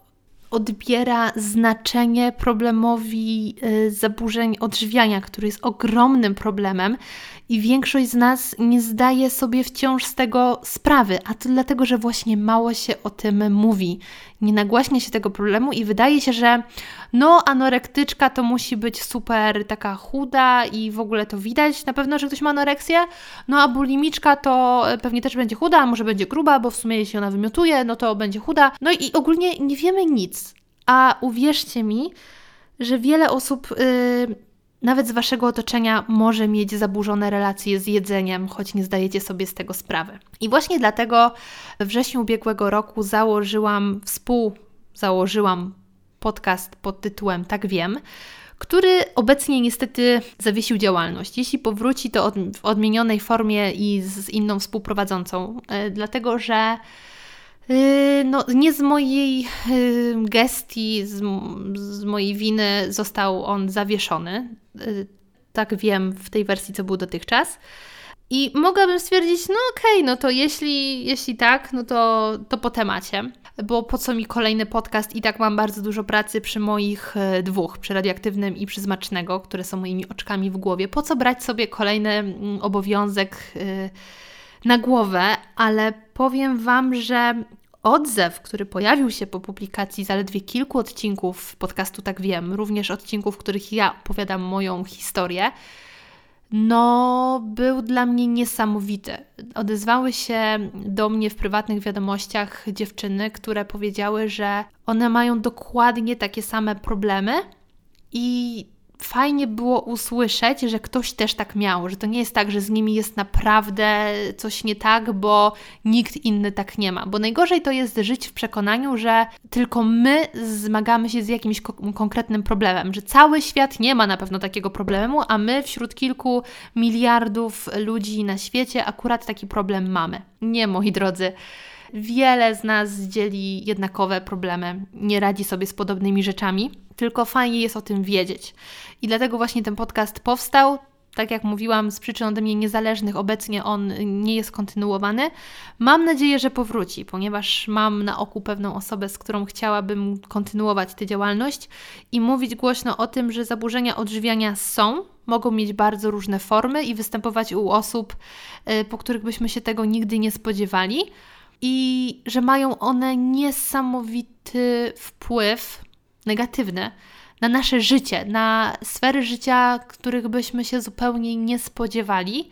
S1: odbiera znaczenie problemowi y, zaburzeń odżywiania, który jest ogromnym problemem i większość z nas nie zdaje sobie wciąż z tego sprawy, a to dlatego, że właśnie mało się o tym mówi. Nie nagłaśnia się tego problemu i wydaje się, że no anorektyczka to musi być super taka chuda i w ogóle to widać na pewno, że ktoś ma anoreksję, no a bulimiczka to pewnie też będzie chuda, a może będzie gruba, bo w sumie jeśli ona wymiotuje, no to będzie chuda. No i ogólnie nie wiemy nic, a uwierzcie mi, że wiele osób yy, nawet z Waszego otoczenia może mieć zaburzone relacje z jedzeniem, choć nie zdajecie sobie z tego sprawy. I właśnie dlatego we wrześniu ubiegłego roku założyłam, współzałożyłam podcast pod tytułem Tak Wiem, który obecnie niestety zawiesił działalność. Jeśli powróci, to od, w odmienionej formie i z inną współprowadzącą, yy, dlatego że Yy, no, nie z mojej yy, gestii, z, z mojej winy został on zawieszony. Yy, tak wiem w tej wersji, co był dotychczas. I mogłabym stwierdzić, no okej, okay, no to jeśli, jeśli tak, no to, to po temacie. Bo po co mi kolejny podcast? I tak mam bardzo dużo pracy przy moich yy, dwóch, przy Radioaktywnym i przy Smacznego, które są moimi oczkami w głowie. Po co brać sobie kolejny yy, obowiązek yy, na głowę, ale powiem Wam, że odzew, który pojawił się po publikacji zaledwie kilku odcinków podcastu Tak Wiem, również odcinków, w których ja opowiadam moją historię, no był dla mnie niesamowity. Odezwały się do mnie w prywatnych wiadomościach dziewczyny, które powiedziały, że one mają dokładnie takie same problemy i fajnie było usłyszeć, że ktoś też tak miał, że to nie jest tak, że z nimi jest naprawdę coś nie tak, bo nikt inny tak nie ma. Bo najgorzej to jest żyć w przekonaniu, że tylko my zmagamy się z jakimś ko- konkretnym problemem, że cały świat nie ma na pewno takiego problemu, a my wśród kilku miliardów ludzi na świecie akurat taki problem mamy. Nie, moi drodzy. Wiele z nas dzieli jednakowe problemy, nie radzi sobie z podobnymi rzeczami, tylko fajnie jest o tym wiedzieć. I dlatego właśnie ten podcast powstał. Tak jak mówiłam, z przyczyn ode mnie niezależnych obecnie on nie jest kontynuowany. Mam nadzieję, że powróci, ponieważ mam na oku pewną osobę, z którą chciałabym kontynuować tę działalność i mówić głośno o tym, że zaburzenia odżywiania są, mogą mieć bardzo różne formy i występować u osób, po których byśmy się tego nigdy nie spodziewali. I że mają one niesamowity wpływ negatywny na nasze życie, na sfery życia, których byśmy się zupełnie nie spodziewali.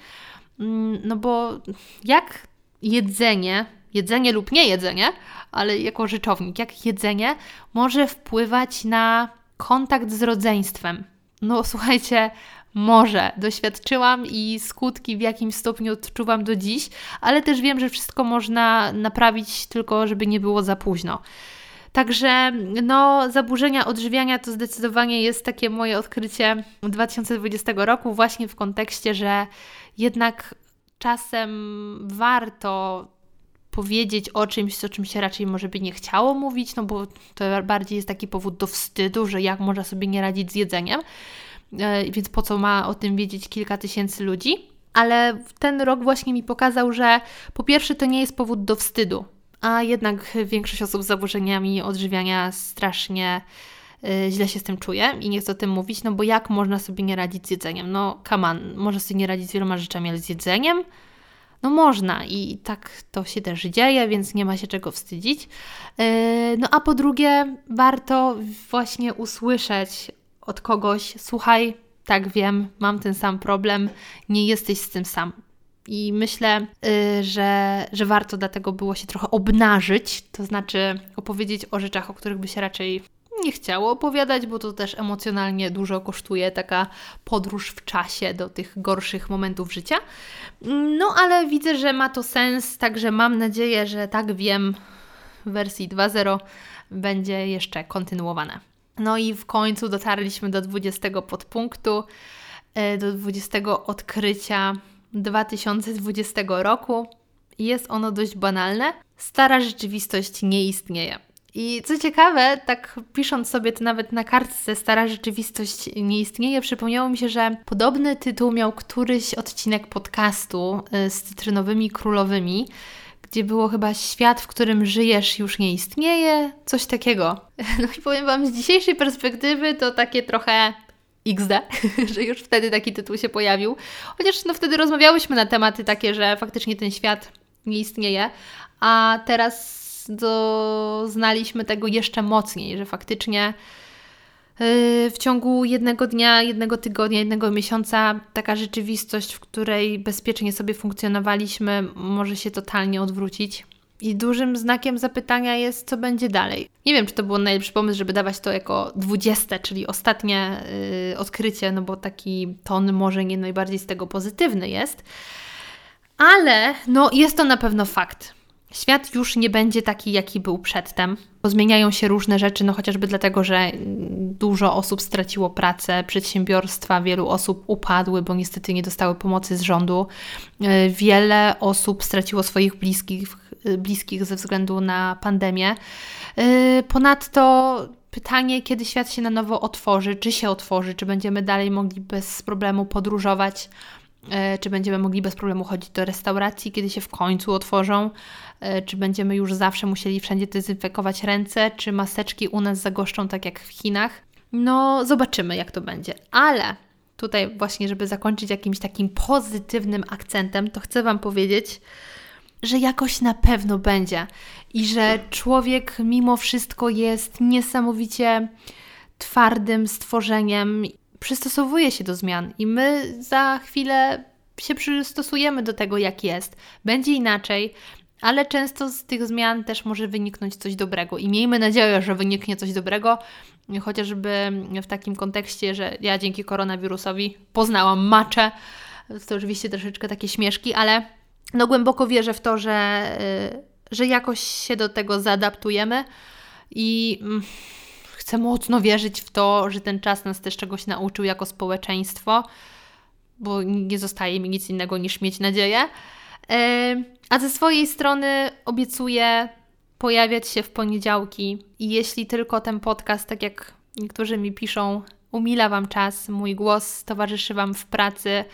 S1: No bo jak jedzenie, jedzenie lub nie jedzenie, ale jako rzeczownik, jak jedzenie może wpływać na kontakt z rodzeństwem? No słuchajcie, może. Doświadczyłam i skutki w jakimś stopniu odczuwam do dziś, ale też wiem, że wszystko można naprawić, tylko żeby nie było za późno. Także no, zaburzenia odżywiania to zdecydowanie jest takie moje odkrycie dwa tysiące dwudziestego roku właśnie w kontekście, że jednak czasem warto powiedzieć o czymś, o czym się raczej może by nie chciało mówić, no bo to bardziej jest taki powód do wstydu, że jak można sobie nie radzić z jedzeniem. Więc po co ma o tym wiedzieć kilka tysięcy ludzi? Ale ten rok właśnie mi pokazał, że po pierwsze to nie jest powód do wstydu, a jednak większość osób z zaburzeniami odżywiania strasznie y, źle się z tym czuje i nie chcę o tym mówić, no bo jak można sobie nie radzić z jedzeniem? No come on, można sobie nie radzić z wieloma rzeczami, ale z jedzeniem? No można i tak to się też dzieje, więc nie ma się czego wstydzić. Yy, no a po drugie warto właśnie usłyszeć od kogoś, słuchaj, tak wiem, mam ten sam problem, nie jesteś z tym sam. I myślę, yy, że, że warto dlatego było się trochę obnażyć, to znaczy opowiedzieć o rzeczach, o których by się raczej nie chciało opowiadać, bo to też emocjonalnie dużo kosztuje taka podróż w czasie do tych gorszych momentów życia. No ale widzę, że ma to sens, także mam nadzieję, że tak wiem w wersji dwa zero będzie jeszcze kontynuowane. No i w końcu dotarliśmy do dwudziestego podpunktu, do dwudziestego odkrycia dwa tysiące dwudziestego roku. Jest ono dość banalne. Stara rzeczywistość nie istnieje. I co ciekawe, tak pisząc sobie to nawet na kartce Stara rzeczywistość nie istnieje, przypomniało mi się, że podobny tytuł miał któryś odcinek podcastu z Cytrynowymi Królowymi, gdzie było chyba świat, w którym żyjesz, już nie istnieje, coś takiego. No i powiem Wam, z dzisiejszej perspektywy to takie trochę iks de, że już wtedy taki tytuł się pojawił. Chociaż no wtedy rozmawiałyśmy na tematy takie, że faktycznie ten świat nie istnieje, a teraz doznaliśmy tego jeszcze mocniej, że faktycznie w ciągu jednego dnia, jednego tygodnia, jednego miesiąca taka rzeczywistość, w której bezpiecznie sobie funkcjonowaliśmy, może się totalnie odwrócić. I dużym znakiem zapytania jest, co będzie dalej. Nie wiem, czy to był najlepszy pomysł, żeby dawać to jako dwudzieste, czyli ostatnie yy, odkrycie, no bo taki ton może nie najbardziej z tego pozytywny jest. Ale no jest to na pewno fakt. Świat już nie będzie taki, jaki był przedtem. Zmieniają się różne rzeczy, no chociażby dlatego, że dużo osób straciło pracę, przedsiębiorstwa, wielu osób upadły, bo niestety nie dostały pomocy z rządu. Wiele osób straciło swoich bliskich, bliskich ze względu na pandemię. Ponadto pytanie, kiedy świat się na nowo otworzy, czy się otworzy, czy będziemy dalej mogli bez problemu podróżować, czy będziemy mogli bez problemu chodzić do restauracji, kiedy się w końcu otworzą, czy będziemy już zawsze musieli wszędzie dezynfekować ręce, czy maseczki u nas zagoszczą tak jak w Chinach. No zobaczymy, jak to będzie. Ale tutaj właśnie, żeby zakończyć jakimś takim pozytywnym akcentem, to chcę Wam powiedzieć, że jakoś na pewno będzie i że człowiek mimo wszystko jest niesamowicie twardym stworzeniem, przystosowuje się do zmian i my za chwilę się przystosujemy do tego, jak jest. Będzie inaczej, ale często z tych zmian też może wyniknąć coś dobrego i miejmy nadzieję, że wyniknie coś dobrego, chociażby w takim kontekście, że ja dzięki koronawirusowi poznałam maczę. To oczywiście troszeczkę takie śmieszki, ale no głęboko wierzę w to, że, że jakoś się do tego zaadaptujemy i chcę mocno wierzyć w to, że ten czas nas też czegoś nauczył jako społeczeństwo, bo nie zostaje mi nic innego niż mieć nadzieję. A ze swojej strony obiecuję pojawiać się w poniedziałki i jeśli tylko ten podcast, tak jak niektórzy mi piszą, umila Wam czas, mój głos towarzyszy Wam w pracy,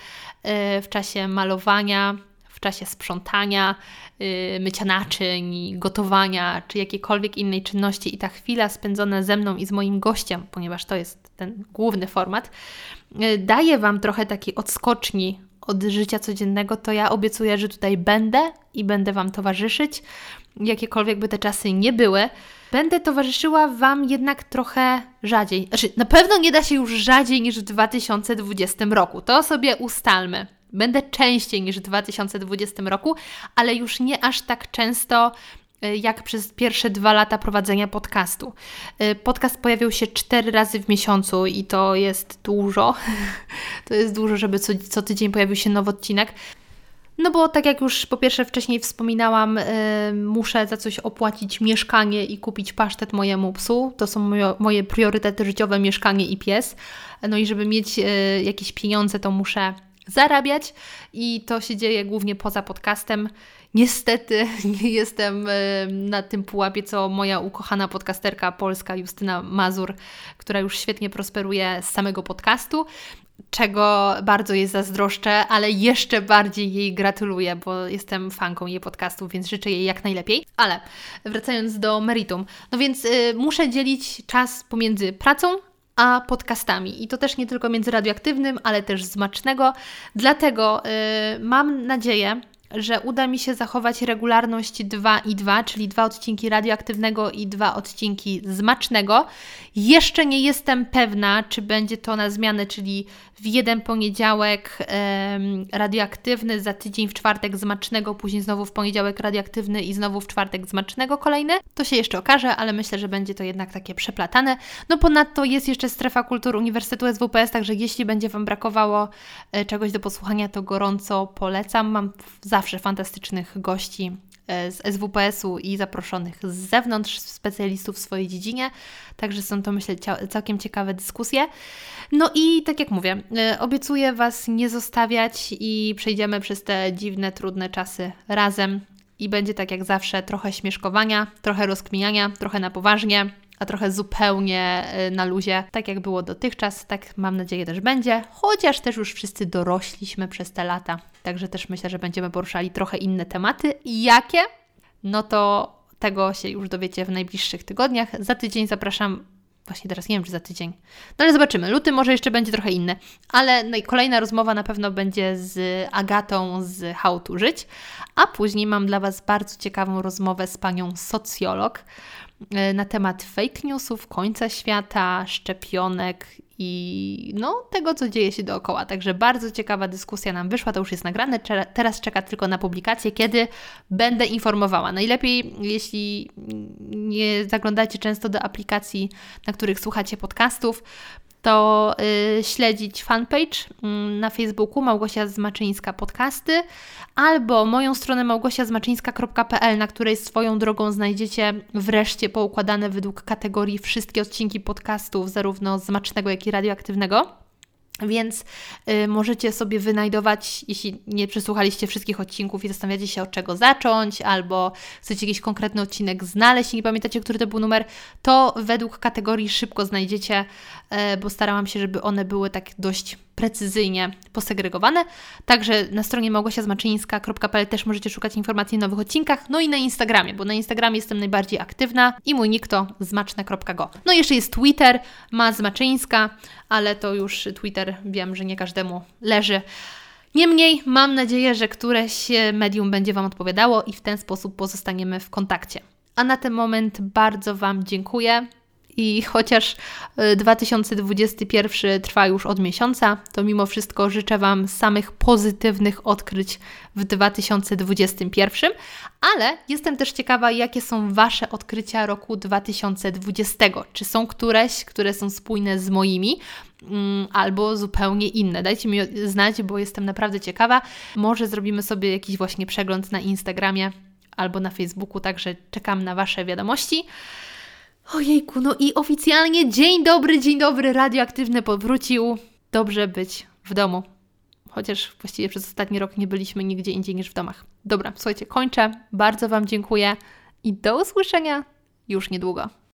S1: w czasie malowania, w czasie sprzątania, mycia naczyń, gotowania, czy jakiejkolwiek innej czynności i ta chwila spędzona ze mną i z moim gościem, ponieważ to jest ten główny format, daje Wam trochę takiej odskoczni od życia codziennego, to ja obiecuję, że tutaj będę i będę Wam towarzyszyć, jakiekolwiek by te czasy nie były. Będę towarzyszyła Wam jednak trochę rzadziej. Znaczy, na pewno nie da się już rzadziej niż w dwa tysiące dwudziestym roku. To sobie ustalmy. Będę częściej niż w dwa tysiące dwudziestym roku, ale już nie aż tak często jak przez pierwsze dwa lata prowadzenia podcastu. Podcast pojawił się cztery razy w miesiącu i to jest dużo. To jest dużo, żeby co, co tydzień pojawił się nowy odcinek. No bo tak jak już po pierwsze wcześniej wspominałam, yy, muszę za coś opłacić mieszkanie i kupić pasztet mojemu psu. To są moje, moje priorytety życiowe, mieszkanie i pies. No i żeby mieć yy, jakieś pieniądze, to muszę zarabiać i to się dzieje głównie poza podcastem. Niestety nie jestem na tym pułapie, co moja ukochana podcasterka polska Justyna Mazur, która już świetnie prosperuje z samego podcastu, czego bardzo jej zazdroszczę, ale jeszcze bardziej jej gratuluję, bo jestem fanką jej podcastów, więc życzę jej jak najlepiej. Ale wracając do meritum, no więc y, muszę dzielić czas pomiędzy pracą a podcastami. I to też nie tylko między radioaktywnym, ale też smacznego. Dlatego y, mam nadzieję, że uda mi się zachować regularność dwa i dwa, czyli dwa odcinki radioaktywnego i dwa odcinki zmacznego. Jeszcze nie jestem pewna, czy będzie to na zmianę, czyli w jeden poniedziałek em, radioaktywny, za tydzień w czwartek zmacznego, później znowu w poniedziałek radioaktywny i znowu w czwartek zmacznego kolejny. To się jeszcze okaże, ale myślę, że będzie to jednak takie przeplatane. No ponadto jest jeszcze Strefa Kultur Uniwersytetu S W P S, także jeśli będzie Wam brakowało e, czegoś do posłuchania, to gorąco polecam. Mam zawsze fantastycznych gości z S W P S-u i zaproszonych z zewnątrz, specjalistów w swojej dziedzinie, także są to, myślę, całkiem ciekawe dyskusje. No i tak jak mówię, obiecuję Was nie zostawiać i przejdziemy przez te dziwne, trudne czasy razem i będzie tak jak zawsze trochę śmieszkowania, trochę rozkminiania, trochę na poważnie, a trochę zupełnie na luzie, tak jak było dotychczas, tak mam nadzieję też będzie, chociaż też już wszyscy dorośliśmy przez te lata, także też myślę, że będziemy poruszali trochę inne tematy. Jakie? no to tego się już dowiecie w najbliższych tygodniach. Za tydzień zapraszam, właśnie teraz nie wiem, czy za tydzień, no ale zobaczymy. Luty może jeszcze będzie trochę inny, ale no i kolejna rozmowa na pewno będzie z Agatą z How to Żyć, a później mam dla Was bardzo ciekawą rozmowę z panią socjolog na temat fake newsów, końca świata, szczepionek i no tego, co dzieje się dookoła. Także bardzo ciekawa dyskusja nam wyszła, to już jest nagrane. Teraz czeka tylko na publikację, kiedy będę informowała. Najlepiej, jeśli nie zaglądacie często do aplikacji, na których słuchacie podcastów, to y, śledzić fanpage y, na Facebooku Małgosia Zmaczyńska Podcasty albo moją stronę małgosia zmaczyńska kropka p l, na której swoją drogą znajdziecie wreszcie poukładane według kategorii wszystkie odcinki podcastów, zarówno Smacznego, jak i Radioaktywnego. Więc y, możecie sobie wynajdować, jeśli nie przesłuchaliście wszystkich odcinków i zastanawiacie się, od czego zacząć, albo chcecie jakiś konkretny odcinek znaleźć i nie pamiętacie, który to był numer, to według kategorii szybko znajdziecie, y, bo starałam się, żeby one były tak dość precyzyjnie posegregowane. Także na stronie małgosia zmaczyńska kropka p l też możecie szukać informacji o nowych odcinkach, no i na Instagramie, bo na Instagramie jestem najbardziej aktywna i mój nick to zmaczne kropka go. No i jeszcze jest Twitter, ma Zmaczyńska, ale to już Twitter wiem, że nie każdemu leży. Niemniej mam nadzieję, że któreś medium będzie Wam odpowiadało i w ten sposób pozostaniemy w kontakcie. A na ten moment bardzo Wam dziękuję. I chociaż dwa tysiące dwudziesty pierwszy trwa już od miesiąca, to mimo wszystko życzę Wam samych pozytywnych odkryć w dwa tysiące dwudziestym pierwszym, ale jestem też ciekawa, jakie są Wasze odkrycia roku dwa tysiące dwudziestego. Czy są któreś, które są spójne z moimi, mm, albo zupełnie inne. Dajcie mi znać, bo jestem naprawdę ciekawa. Może zrobimy sobie jakiś właśnie przegląd na Instagramie albo na Facebooku, także czekam na Wasze wiadomości. Ojejku, no i oficjalnie dzień dobry, dzień dobry, Radioaktywny powrócił. Dobrze być w domu. Chociaż właściwie przez ostatni rok nie byliśmy nigdzie indziej niż w domach. Dobra, słuchajcie, kończę. Bardzo Wam dziękuję i do usłyszenia już niedługo.